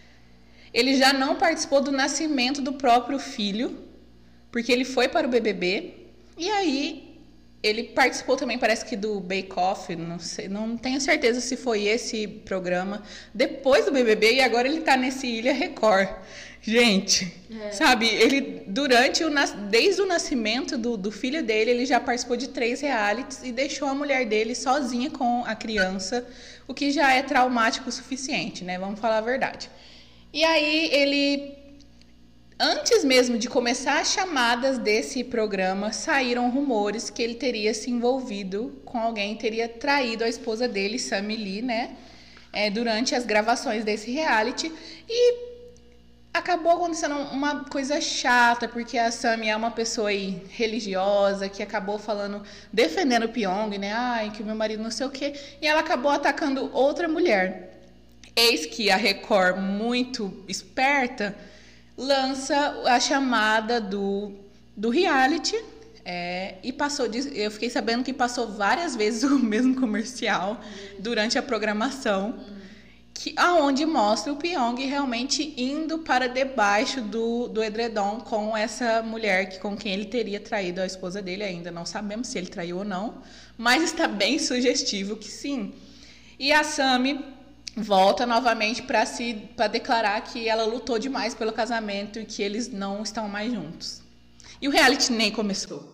B: Ele já não participou do nascimento do próprio filho, porque ele foi para o BBB, e aí ele participou também, parece que do Bake Off, não sei, não tenho certeza se foi esse programa, depois do BBB, e agora ele tá nesse Ilha Record. Gente, sabe, ele desde o nascimento do filho dele, ele já participou de 3 realities e deixou a mulher dele sozinha com a criança, o que já é traumático o suficiente, né? Vamos falar a verdade. E aí ele, antes mesmo de começar as chamadas desse programa, saíram rumores que ele teria se envolvido com alguém, teria traído a esposa dele, Sammy Lee, né? Durante as gravações desse reality. E acabou acontecendo uma coisa chata, porque a Sammy é uma pessoa aí religiosa, que acabou defendendo o Pyong, né? Ai, que o meu marido não sei o quê. E ela acabou atacando outra mulher. Eis que a Record, muito esperta, lança a chamada do reality, e eu fiquei sabendo que passou várias vezes o mesmo comercial durante a programação, aonde mostra o Pyong realmente indo para debaixo do edredom com essa mulher com quem ele teria traído a esposa dele. Ainda não sabemos se ele traiu ou não, mas está bem sugestivo que sim. E a Sammy volta novamente para declarar que ela lutou demais pelo casamento e que eles não estão mais juntos. E o reality nem começou.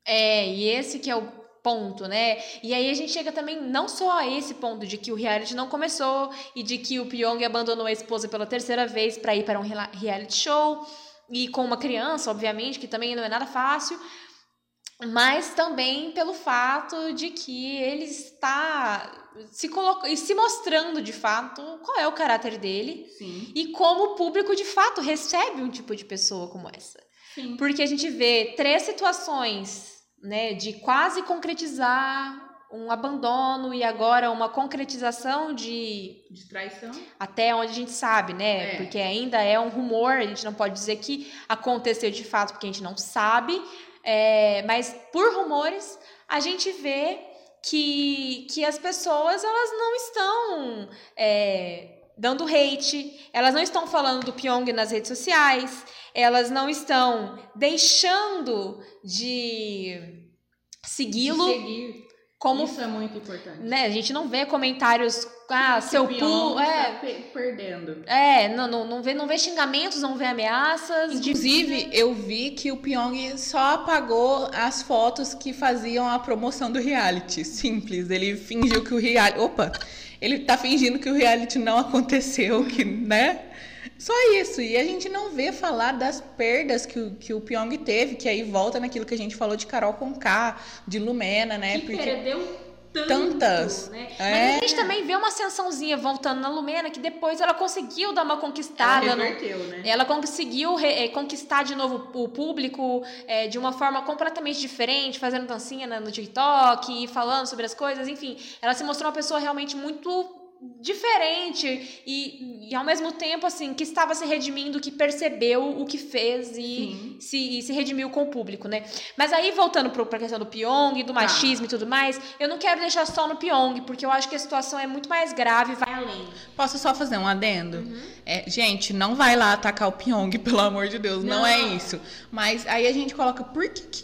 A: E esse que é o ponto, né? E aí a gente chega também não só a esse ponto de que o reality não começou e de que o Pyong abandonou a esposa pela 3ª vez para ir para um reality show e com uma criança, obviamente, que também não é nada fácil, mas também pelo fato de que ele está se mostrando de fato qual é o caráter dele.
B: Sim.
A: E como o público de fato recebe um tipo de pessoa como essa.
B: Sim.
A: Porque a gente vê 3 situações, né, de quase concretizar um abandono e agora uma concretização de
B: traição,
A: até onde a gente sabe, né? Porque ainda é um rumor, a gente não pode dizer que aconteceu de fato, porque a gente não sabe, mas por rumores a gente vê que as pessoas, elas não estão dando hate, elas não estão falando do Pyong nas redes sociais, elas não estão deixando de segui-lo. Como,
B: isso é muito importante.
A: Né? A gente não vê comentários, seu
B: pulo está perdendo.
A: Não vê xingamentos, não vê ameaças.
B: Inclusive, eu vi que o Pyong só apagou as fotos que faziam a promoção do reality. Simples. Ele fingiu que o reality... Ele tá fingindo que o reality não aconteceu, né? Só isso. E a gente não vê falar das perdas que o Pyong teve, que aí volta naquilo que a gente falou de Carol Conká, de Lumena, né?
A: Que perdeu
B: tantas.
A: Né? Mas a gente também vê uma ascensãozinha voltando na Lumena, que depois ela conseguiu dar uma conquistada.
B: Ela reverteu, né?
A: Ela conseguiu conquistar de novo o público de uma forma completamente diferente, fazendo dancinha no TikTok, falando sobre as coisas, enfim. Ela se mostrou uma pessoa realmente muito diferente e ao mesmo tempo, assim, que estava se redimindo, que percebeu o que fez e se redimiu com o público, né? Mas aí, voltando pra questão do Pyong, do machismo e tudo mais, eu não quero deixar só no Pyong, porque eu acho que a situação é muito mais grave e vai além.
B: Posso só fazer um adendo? Gente, não vai lá atacar o Pyong, pelo amor de Deus, não é isso. Mas aí a gente coloca, por que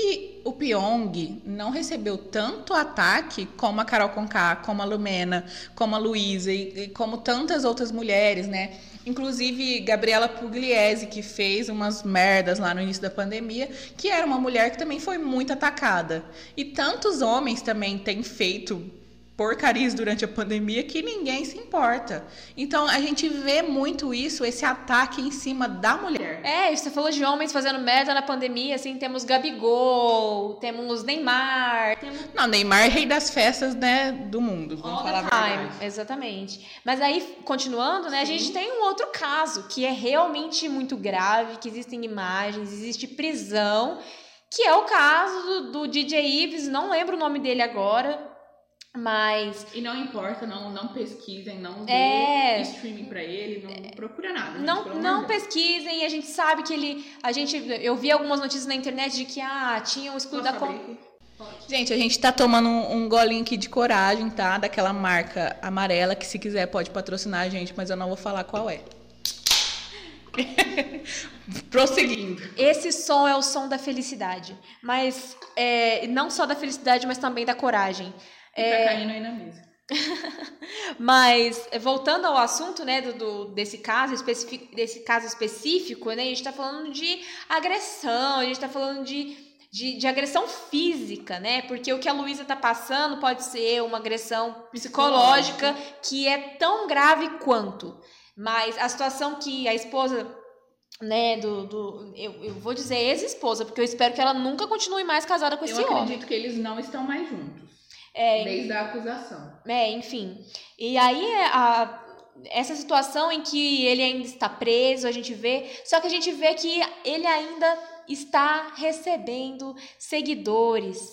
B: o Pyong não recebeu tanto ataque como a Carol Conká, como a Lumena, como a Luísa e como tantas outras mulheres, né? Inclusive, Gabriela Pugliese, que fez umas merdas lá no início da pandemia, que era uma mulher que também foi muito atacada. E tantos homens também têm feito porcarias durante a pandemia que ninguém se importa. Então, a gente vê muito isso, esse ataque em cima da mulher.
A: Você falou de homens fazendo merda na pandemia, assim, temos Gabigol, temos Neymar.
B: Não, Neymar é rei das festas, né, do mundo, vamos falar a verdade.
A: Exatamente. Mas aí, continuando, né, a gente tem um outro caso, que é realmente muito grave, que existem imagens, existe prisão, que é o caso do DJ Ives, não lembro o nome dele agora, mas...
B: E não importa, não pesquisem, não dê streaming pra ele, não procura nada. Gente,
A: não pesquisem, a gente sabe que eu vi algumas notícias na internet de que tinha o escudo da...
B: Gente, a gente tá tomando um golinho aqui de coragem, tá? Daquela marca amarela, que se quiser pode patrocinar a gente, mas eu não vou falar qual é. Prosseguindo.
A: Esse som é o som da felicidade, mas não só da felicidade, mas também da coragem.
B: Tá caindo aí na mesa.
A: Mas, voltando ao assunto, né, desse caso específico, né, a gente tá falando de agressão, a gente tá falando de agressão física, né, porque o que a Luísa tá passando pode ser uma agressão psicológica que é tão grave quanto, mas a situação que a esposa, né, eu vou dizer ex-esposa, porque eu espero que ela nunca continue mais casada com esse homem.
B: Eu acredito que eles não estão mais juntos. Desde a acusação.
A: Enfim. E aí, essa situação em que ele ainda está preso, a gente vê... Só que a gente vê que ele ainda está recebendo seguidores.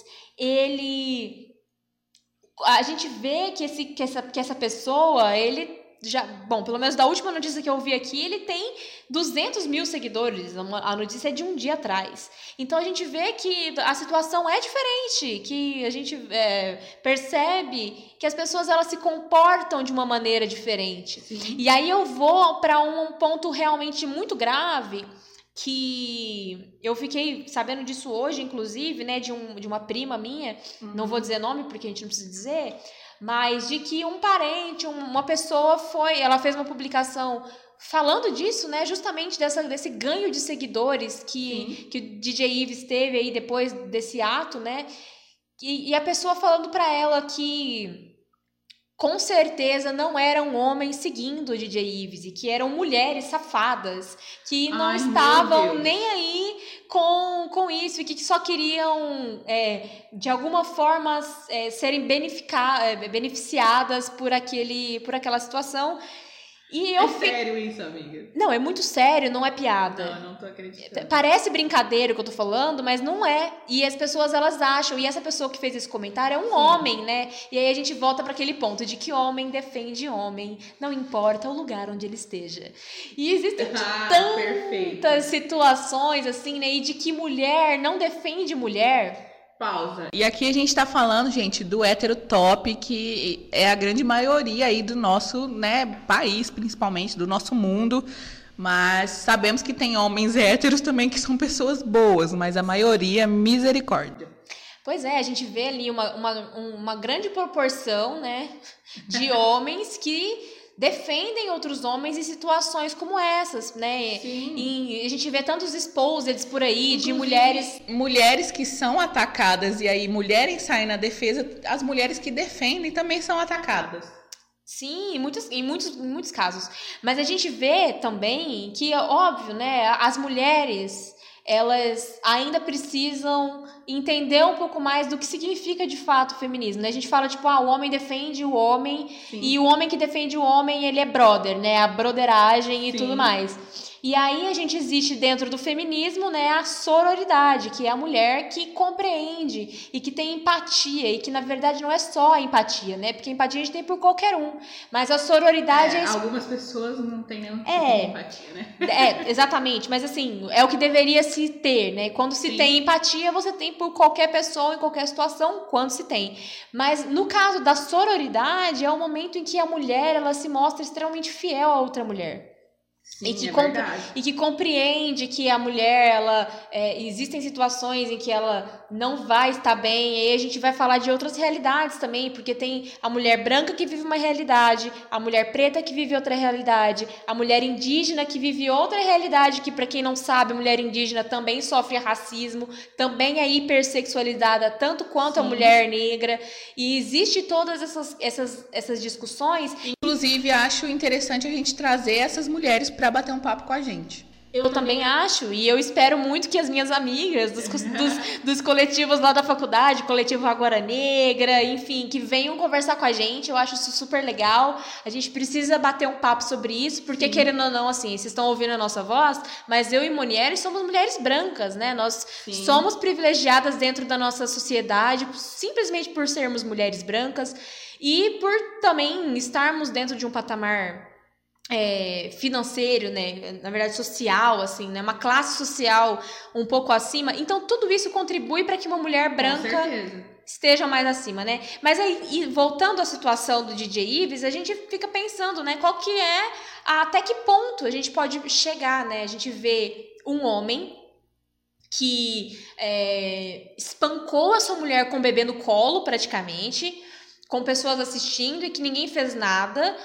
A: A gente vê que essa pessoa, ele... Bom, pelo menos da última notícia que eu vi aqui, ele tem 200 mil seguidores. A notícia é de um dia atrás. Então, a gente vê que a situação é diferente, que a gente percebe que as pessoas elas se comportam de uma maneira diferente.
B: Sim.
A: E aí eu vou para um ponto realmente muito grave, que eu fiquei sabendo disso hoje, inclusive, né, de uma prima minha, não vou dizer nome porque a gente não precisa dizer, mas de que um parente, uma pessoa ela fez uma publicação falando disso, né, justamente desse ganho de seguidores que o DJ Ives teve aí depois desse ato, né, e a pessoa falando para ela que com certeza não eram homens seguindo o DJ Ives, e que eram mulheres safadas, que não estavam nem aí com isso, e que só queriam, de alguma forma, serem beneficiadas por aquela situação. E
B: sério isso, amiga?
A: Não, é muito sério, não é piada.
B: Não, eu não tô acreditando.
A: Parece brincadeira o que eu tô falando, mas não é. E as pessoas, elas acham. E essa pessoa que fez esse comentário é um homem, né? E aí a gente volta para aquele ponto de que homem defende homem, não importa o lugar onde ele esteja. E existem tantas situações, assim, né? E de que mulher não defende mulher...
B: Pausa. E aqui a gente tá falando, gente, do hétero top, que é a grande maioria aí do nosso, né, país, principalmente, do nosso mundo. Mas sabemos que tem homens héteros também que são pessoas boas, mas a maioria, misericórdia.
A: Pois é, a gente vê ali uma grande proporção, né, de homens que defendem outros homens em situações como essas, né?
B: Sim.
A: E a gente vê tantos exposeds por aí,
B: inclusive,
A: de mulheres...
B: Mulheres que são atacadas, e aí mulheres saem na defesa, as mulheres que defendem também são atacadas.
A: Sim, em muitos casos. Mas a gente vê também que, óbvio, né, as mulheres, elas ainda precisam entender um pouco mais do que significa de fato o feminismo, né? A gente fala, tipo, o homem defende o homem, sim, e o homem que defende o homem, ele é brother, né? A broderagem e sim, tudo mais. E aí a gente existe dentro do feminismo, né, a sororidade, que é a mulher que compreende e que tem empatia, e que na verdade não é só a empatia, né? Porque a empatia a gente tem por qualquer um, mas a sororidade...
B: algumas pessoas não têm nenhum tipo de empatia, né?
A: Exatamente, mas assim, é o que deveria se ter, né? Quando se tem empatia, você tem por qualquer pessoa, em qualquer situação, quando se tem. Mas no caso da sororidade, é o momento em que a mulher, ela se mostra extremamente fiel a outra mulher.
B: Sim, verdade.
A: E que compreende que a mulher, existem situações em que ela não vai estar bem, e aí a gente vai falar de outras realidades também, porque tem a mulher branca que vive uma realidade, a mulher preta que vive outra realidade, a mulher indígena que vive outra realidade, que para quem não sabe, a mulher indígena também sofre racismo, também é hipersexualizada, tanto quanto a mulher negra, e existe todas essas discussões.
B: Inclusive, acho interessante a gente trazer essas mulheres para bater um papo com a gente.
A: Eu também acho, e eu espero muito que as minhas amigas dos coletivos lá da faculdade, coletivo Agora Negra, enfim, que venham conversar com a gente. Eu acho isso super legal. A gente precisa bater um papo sobre isso, porque querendo ou não, assim, vocês estão ouvindo a nossa voz, mas eu e Monieri somos mulheres brancas, né? Nós somos privilegiadas dentro da nossa sociedade, simplesmente por sermos mulheres brancas e por também estarmos dentro de um patamar financeiro, né, na verdade social, assim, né, uma classe social um pouco acima, então tudo isso contribui para que uma mulher branca esteja mais acima, né, mas aí, voltando à situação do DJ Ives, a gente fica pensando, né, qual que é, até que ponto a gente pode chegar, né, a gente vê um homem que espancou a sua mulher com o bebê no colo, praticamente, com pessoas assistindo e que ninguém fez nada.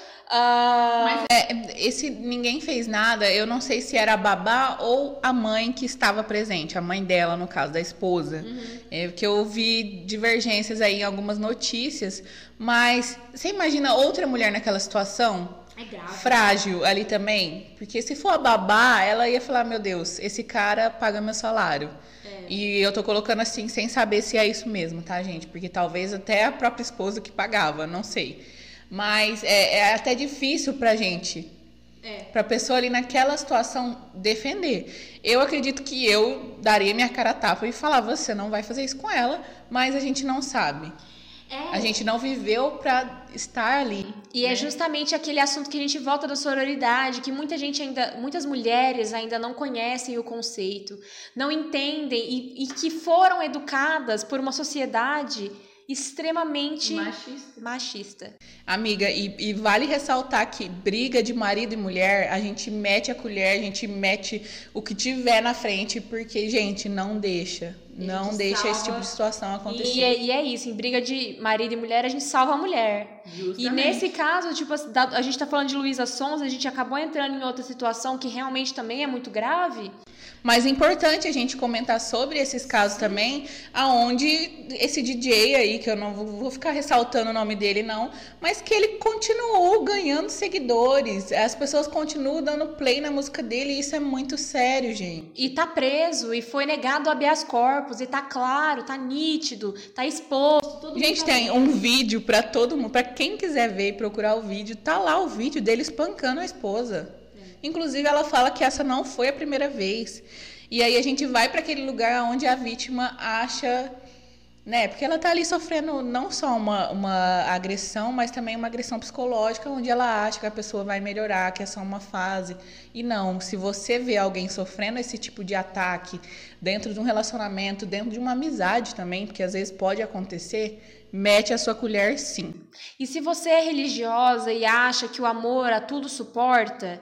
B: Mas esse ninguém fez nada, eu não sei se era a babá ou a mãe que estava presente, a mãe dela, no caso, da esposa. Porque eu vi divergências aí em algumas notícias, mas você imagina outra mulher naquela situação?
A: É grave.
B: Frágil ali também? Porque se for a babá, ela ia falar, meu Deus, esse cara paga meu salário. E eu tô colocando assim, sem saber se é isso mesmo, tá, gente? Porque talvez até a própria esposa que pagava, não sei. Mas é até difícil pra gente, pra pessoa ali naquela situação defender. Eu acredito que eu daria minha cara a tapa e falar, você não vai fazer isso com ela, mas a gente não sabe. A gente não viveu pra estar ali.
A: E é justamente aquele assunto que a gente volta da sororidade, que muitas mulheres ainda não conhecem o conceito, não entendem e que foram educadas por uma sociedade extremamente machista.
B: Amiga, e vale ressaltar que briga de marido e mulher, a gente mete a colher, a gente mete o que tiver na frente, porque, gente, não deixa esse tipo de situação acontecer.
A: E é isso, em briga de marido e mulher, a gente salva a mulher. Justamente. E nesse caso, tipo, a gente tá falando de Luísa Sonza, a gente acabou entrando em outra situação que realmente também é muito grave.
B: Mas é importante a gente comentar sobre esses casos também, aonde esse DJ aí, que eu não vou ficar ressaltando o nome dele não, mas que ele continuou ganhando seguidores, as pessoas continuam dando play na música dele, e isso é muito sério, gente.
A: E tá preso, e foi negado habeas corpus, e tá claro, tá nítido, tá exposto.
B: Gente, tem um vídeo pra todo mundo, pra quem quiser ver e procurar o vídeo, tá lá o vídeo dele espancando a esposa. Inclusive, ela fala que essa não foi a primeira vez. E aí a gente vai para aquele lugar onde a vítima acha, né? Porque ela tá ali sofrendo não só uma agressão, mas também uma agressão psicológica, onde ela acha que a pessoa vai melhorar, que é só uma fase. E não, se você vê alguém sofrendo esse tipo de ataque dentro de um relacionamento, dentro de uma amizade também, porque às vezes pode acontecer, mete a sua colher, sim.
A: E se você é religiosa e acha que o amor a tudo suporta,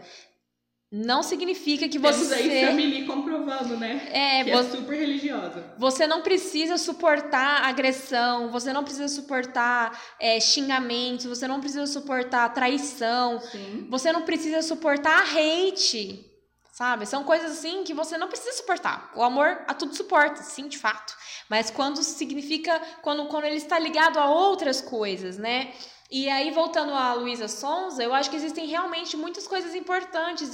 A: não significa que você...
B: Temos aí Family comprovando, né? Que é super religiosa.
A: Você não precisa suportar agressão, você não precisa suportar xingamentos, você não precisa suportar traição, você não precisa suportar hate, sabe? São coisas assim que você não precisa suportar. O amor a tudo suporta, sim, de fato. Mas quando ele está ligado a outras coisas, né? E aí, voltando a Luísa Sonza, eu acho que existem realmente muitas coisas importantes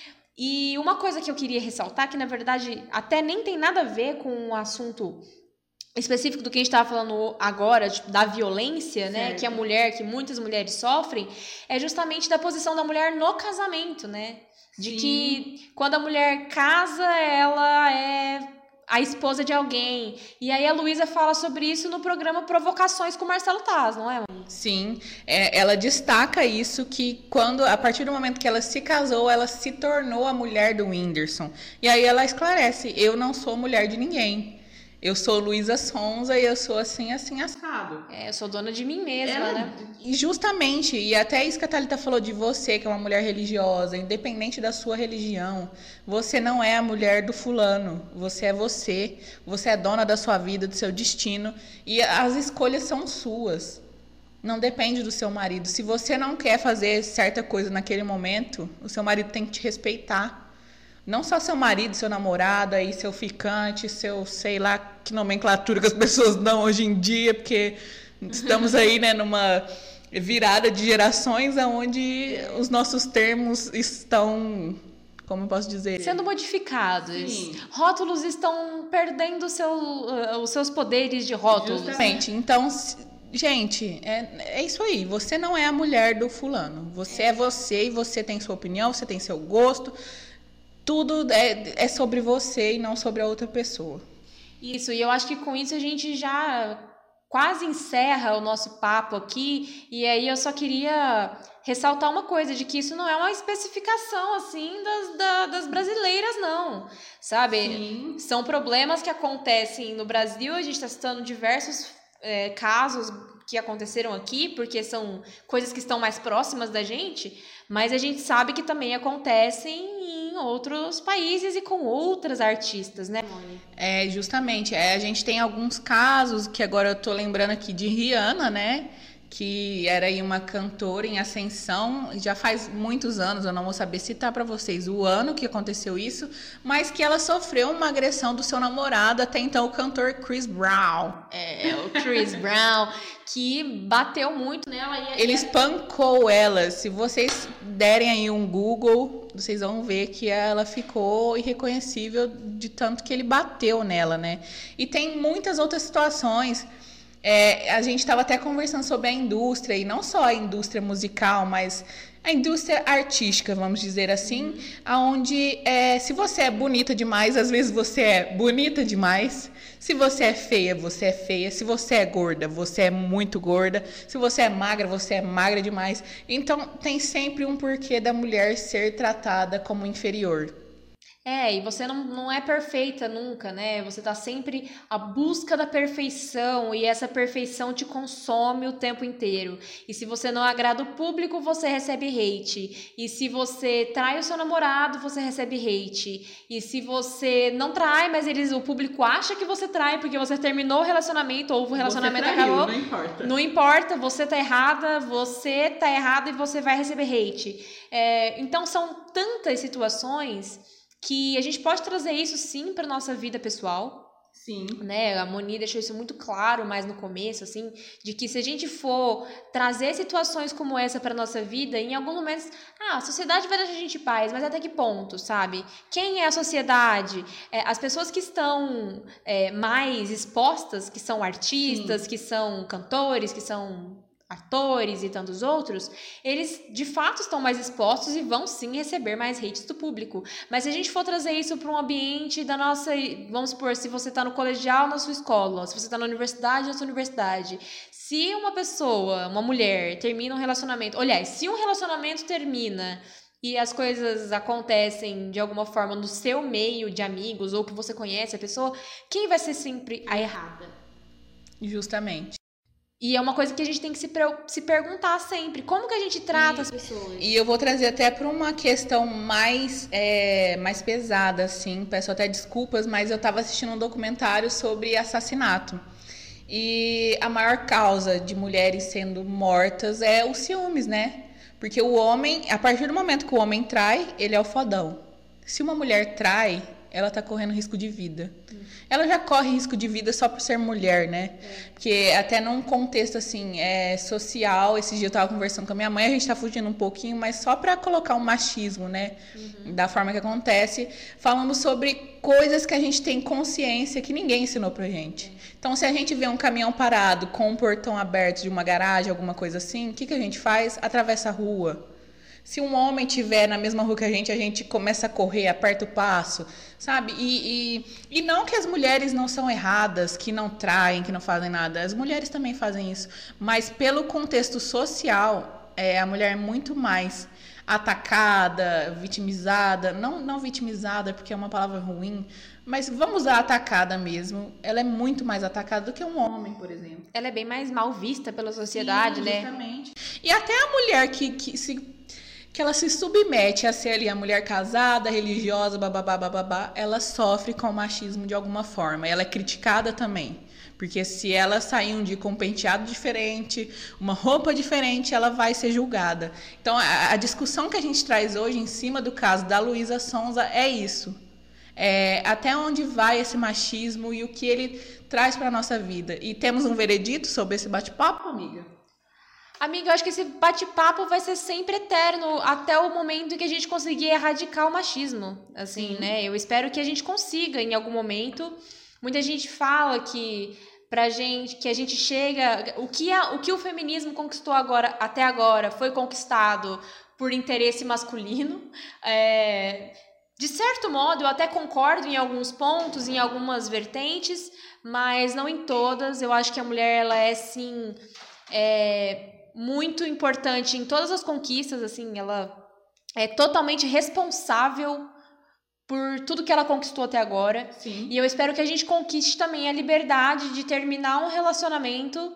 A: e uma coisa que eu queria ressaltar, que na verdade até nem tem nada a ver com o assunto específico do que a gente estava falando agora, tipo, da violência, né, que muitas mulheres sofrem, é justamente da posição da mulher no casamento, né? De que quando a mulher casa, ela é a esposa de alguém. E aí a Luísa fala sobre isso no programa Provocações com Marcelo Taz, não é?
B: Sim, ela destaca isso, que a partir do momento que ela se casou, ela se tornou a mulher do Whindersson. E aí ela esclarece, eu não sou mulher de ninguém. Eu sou Luísa Sonza e eu sou assim, assim, assado.
A: Eu sou dona de mim mesma, né?
B: E justamente, e até isso que a Thalita falou de você, que é uma mulher religiosa, independente da sua religião, você não é a mulher do fulano, você é você é dona da sua vida, do seu destino, e as escolhas são suas. Não depende do seu marido. Se você não quer fazer certa coisa naquele momento, o seu marido tem que te respeitar. Não só seu marido, seu namorado, aí, seu ficante, seu, sei lá, que nomenclatura que as pessoas dão hoje em dia, porque estamos aí, né, numa virada de gerações onde os nossos termos estão, como eu posso dizer?
A: Sendo modificados. Sim. Rótulos estão perdendo os seus poderes de rótulos.
B: Justamente. Então, gente, é isso aí. Você não é a mulher do fulano. Você é você e você tem sua opinião, você tem seu gosto. Tudo é sobre você e não sobre a outra pessoa.
A: Isso, e eu acho que com isso a gente já quase encerra o nosso papo aqui. E aí eu só queria ressaltar uma coisa, de que isso não é uma especificação, assim, das brasileiras, não. Sabe? Sim. São problemas que acontecem no Brasil. A gente está citando diversos casos que aconteceram aqui, porque são coisas que estão mais próximas da gente, mas a gente sabe que também acontecem em outros países e com outras artistas, né, Moni?
B: Justamente. A gente tem alguns casos que agora eu tô lembrando aqui de Rihanna, né? Que era aí uma cantora em ascensão, já faz muitos anos, eu não vou saber citar para vocês o ano que aconteceu isso, mas que ela sofreu uma agressão do seu namorado, até então o cantor Chris Brown.
A: O Chris Brown, que bateu muito nela.
B: Ele espancou ela. Se vocês derem aí um Google, vocês vão ver que ela ficou irreconhecível de tanto que ele bateu nela, né? E tem muitas outras situações. A gente estava até conversando sobre a indústria, e não só a indústria musical, mas a indústria artística, vamos dizer assim, onde se você é bonita demais, às vezes você é bonita demais. Se você é feia, você é feia. Se você é gorda, você é muito gorda. Se você é magra, você é magra demais. Então, tem sempre um porquê da mulher ser tratada como inferior.
A: E você não é perfeita nunca, né? Você tá sempre à busca da perfeição e essa perfeição te consome o tempo inteiro. E se você não agrada o público, você recebe hate. E se você trai o seu namorado, você recebe hate. E se você não trai, mas o público acha que você trai porque você terminou o relacionamento ou o relacionamento acabou.
B: Não importa.
A: Não importa, você tá errada e você vai receber hate. Então são tantas situações que a gente pode trazer isso sim para nossa vida pessoal.
B: Sim.
A: Né? A Moni deixou isso muito claro mais no começo, assim, de que se a gente for trazer situações como essa para nossa vida, em algum momento, a sociedade vai deixar a gente em paz, mas até que ponto, sabe? Quem é a sociedade? As pessoas que estão mais expostas, que são artistas, sim, que são cantores, que são atores e tantos outros, eles de fato estão mais expostos e vão sim receber mais hates do público. Mas se a gente for trazer isso para um ambiente da nossa, vamos supor, se você está no colegial, na sua escola, se você está na universidade, na sua universidade, se uma pessoa, uma mulher, termina um relacionamento, aliás, se um relacionamento termina e as coisas acontecem de alguma forma no seu meio de amigos ou que você conhece a pessoa, quem vai ser sempre a errada?
B: Justamente.
A: E é uma coisa que a gente tem que se perguntar sempre. Como que a gente trata as pessoas?
B: E eu vou trazer até para uma questão mais pesada, assim. Peço até desculpas, mas eu estava assistindo um documentário sobre assassinato. E a maior causa de mulheres sendo mortas é os ciúmes, né? Porque o homem, a partir do momento que o homem trai, ele é o fodão. Se uma mulher trai, ela tá correndo risco de vida. Ela já corre risco de vida só por ser mulher, né? Porque até num contexto, assim, social, esse dia eu tava conversando com a minha mãe, a gente tá fugindo um pouquinho, mas só pra colocar o machismo, né? Da forma que acontece, falando sobre coisas que a gente tem consciência que ninguém ensinou pra gente. Então, se a gente vê um caminhão parado com um portão aberto de uma garagem, alguma coisa assim, o que a gente faz? Atravessa a rua. Se um homem estiver na mesma rua que a gente começa a correr, aperta o passo, sabe? E não que as mulheres não são erradas, que não traem, que não fazem nada. As mulheres também fazem isso. Mas pelo contexto social, a mulher é muito mais atacada, vitimizada, não vitimizada porque é uma palavra ruim, mas vamos usar atacada mesmo. Ela é muito mais atacada do que um homem, por exemplo.
A: Ela é bem mais mal vista pela sociedade,
B: Sim,
A: né?
B: Justamente. E até a mulher que ela se submete a ser ali a mulher casada, religiosa, bababá, bababá, ela sofre com o machismo de alguma forma. Ela é criticada também. Porque se ela sair um dia com um penteado diferente, uma roupa diferente, ela vai ser julgada. Então, a discussão que a gente traz hoje em cima do caso da Luísa Sonza é isso. Até onde vai esse machismo e o que ele traz para a nossa vida. E temos um veredito sobre esse bate-papo, amiga?
A: Amiga, eu acho que esse bate-papo vai ser sempre eterno até o momento em que a gente conseguir erradicar o machismo, assim, né? Eu espero que a gente consiga em algum momento. Muita gente fala que a gente chega, o que o feminismo conquistou até agora foi conquistado por interesse masculino. De certo modo, eu até concordo em alguns pontos, em algumas vertentes, mas não em todas. Eu acho que a mulher, ela é sim muito importante em todas as conquistas, assim, ela é totalmente responsável por tudo que ela conquistou até agora.
B: Sim.
A: E eu espero que a gente conquiste também a liberdade de terminar um relacionamento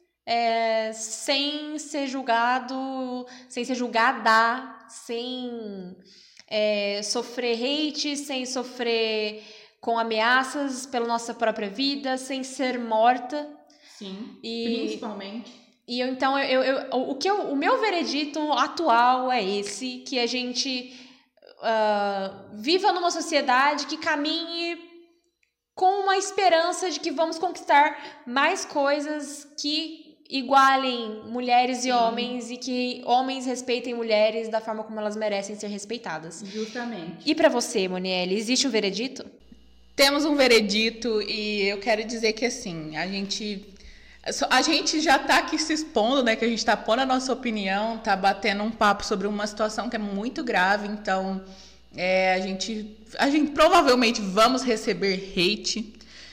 A: sem ser julgado, sem ser julgada, sem sofrer hate, sem sofrer com ameaças pela nossa própria vida, sem ser morta.
B: Sim, principalmente.
A: E então, o meu veredito atual é esse, que a gente viva numa sociedade que caminhe com uma esperança de que vamos conquistar mais coisas que igualem mulheres e homens e que homens respeitem mulheres da forma como elas merecem ser respeitadas.
B: Justamente.
A: E para você, Monielle, existe um veredito?
B: Temos um veredito e eu quero dizer que assim, a gente já tá aqui se expondo, né? Que a gente tá pondo a nossa opinião, tá batendo um papo sobre uma situação que é muito grave, então a gente provavelmente vamos receber hate.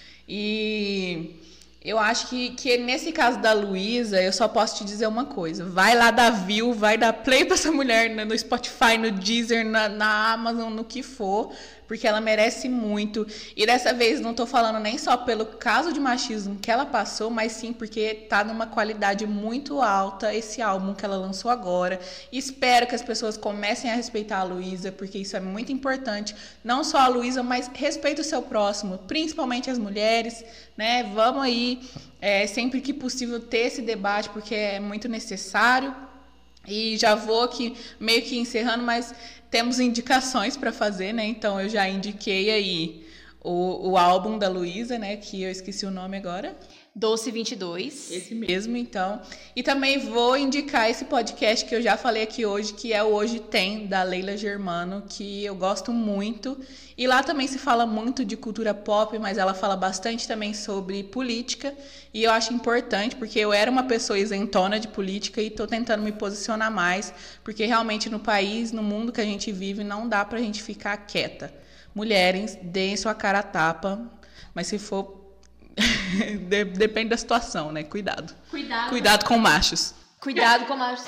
B: E eu acho que nesse caso da Luísa, eu só posso te dizer uma coisa. Vai lá dar view, vai dar play pra essa mulher no Spotify, no Deezer, na Amazon, no que for, porque ela merece muito. E dessa vez não tô falando nem só pelo caso de machismo que ela passou, mas sim porque tá numa qualidade muito alta esse álbum que ela lançou agora. E espero que as pessoas comecem a respeitar a Luísa, porque isso é muito importante. Não só a Luísa, mas respeita o seu próximo, principalmente as mulheres, né? Vamos aí, sempre que possível, ter esse debate, porque é muito necessário. E já vou aqui meio que encerrando, mas temos indicações para fazer, né? Então eu já indiquei aí o álbum da Luísa, né? Que eu esqueci o nome agora.
A: Doce 22.
B: Esse mesmo, então. E também vou indicar esse podcast que eu já falei aqui hoje, que é o Hoje Tem, da Leila Germano, que eu gosto muito. E lá também se fala muito de cultura pop, mas ela fala bastante também sobre política. E eu acho importante, porque eu era uma pessoa isentona de política e estou tentando me posicionar mais, porque realmente no país, no mundo que a gente vive, não dá pra gente ficar quieta. Mulheres, deem sua cara a tapa, mas se for... Depende da situação, né? Cuidado com machos.
A: Cuidado com machos.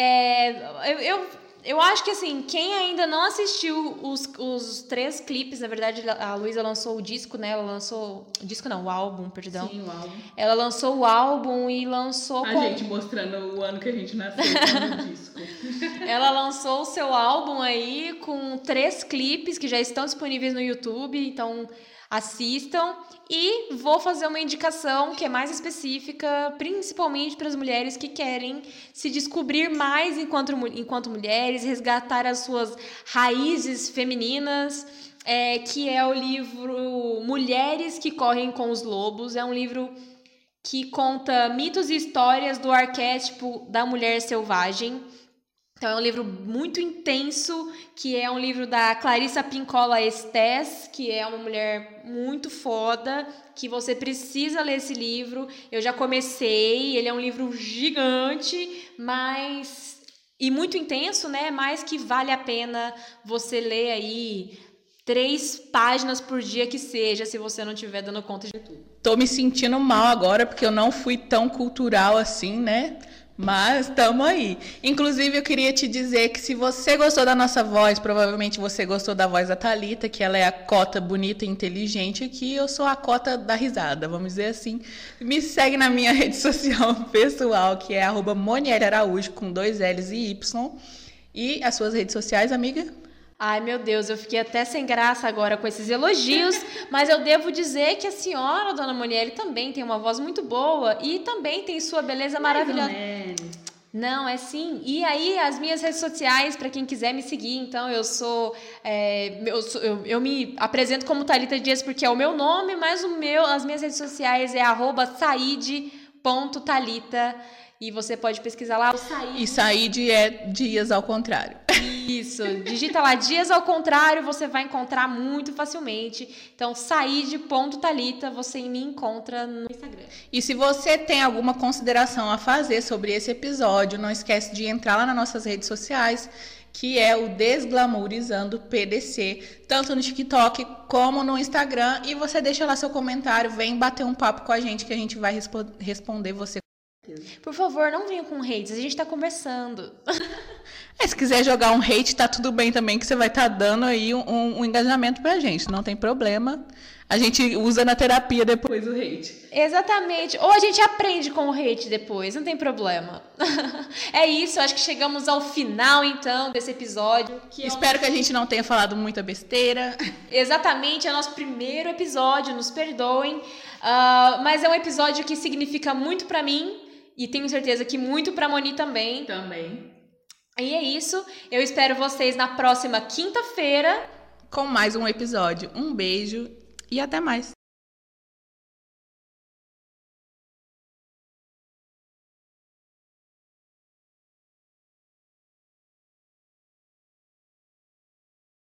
A: Eu acho que, assim, quem ainda não assistiu os 3 clipes, na verdade, a Luísa lançou o disco, né? Ela lançou... Disco não, o álbum, perdão.
B: Sim, o álbum.
A: Ela lançou o álbum e lançou...
B: gente mostrando o ano que a gente nasceu no disco.
A: Ela lançou o seu álbum aí com 3 clipes que já estão disponíveis no YouTube, então... assistam. E vou fazer uma indicação que é mais específica, principalmente para as mulheres que querem se descobrir mais enquanto mulheres, resgatar as suas raízes femininas, que é o livro Mulheres que Correm com os Lobos. É um livro que conta mitos e histórias do arquétipo da mulher selvagem. Então, é um livro muito intenso, que é um livro da Clarissa Pinkola Estés, que é uma mulher muito foda, que você precisa ler esse livro. Eu já comecei, ele é um livro gigante, e muito intenso, né? Mas que vale a pena você ler aí 3 páginas por dia que seja, se você não estiver dando conta de tudo.
B: Tô me sentindo mal agora, porque eu não fui tão cultural assim, né? Mas tamo aí. Inclusive, eu queria te dizer que se você gostou da nossa voz, provavelmente você gostou da voz da Thalita, que ela é a cota bonita e inteligente aqui, eu sou a cota da risada, vamos dizer assim. Me segue na minha rede social pessoal, que é @MonielleAraújo, com 2 L's e Y. E as suas redes sociais, amiga?
A: Ai, meu Deus, eu fiquei até sem graça agora com esses elogios, mas eu devo dizer que a senhora, dona Monielle, também tem uma voz muito boa e também tem sua beleza maravilhosa. Não, é sim. E aí, as minhas redes sociais, para quem quiser me seguir, então, eu me apresento como Thalita Dias porque é o meu nome, mas as minhas redes sociais é @said.thalita. E você pode pesquisar lá.
B: E Said é Dias ao contrário.
A: Isso, digita lá Dias ao contrário, você vai encontrar muito facilmente. Então, said.thalita, você me encontra no Instagram.
B: E se você tem alguma consideração a fazer sobre esse episódio, não esquece de entrar lá nas nossas redes sociais, que é o Desglamourizando PDC, tanto no TikTok como no Instagram. E você deixa lá seu comentário, vem bater um papo com a gente, que a gente vai responder você.
A: Por favor, não venham com hates, a gente tá conversando.
B: Se quiser jogar um hate, tá tudo bem também, que você vai estar dando aí um engajamento pra gente, não tem problema. A gente usa na terapia depois o hate.
A: Exatamente. Ou a gente aprende com o hate depois, não tem problema. É isso, acho que chegamos ao final, então, desse episódio.
B: Espero que a gente não tenha falado muita besteira.
A: Exatamente, é o nosso primeiro episódio, nos perdoem. Mas é um episódio que significa muito pra mim. E tenho certeza que muito pra Moni também. E é isso. Eu espero vocês na próxima quinta-feira.
B: Com mais um episódio. Um beijo e até mais.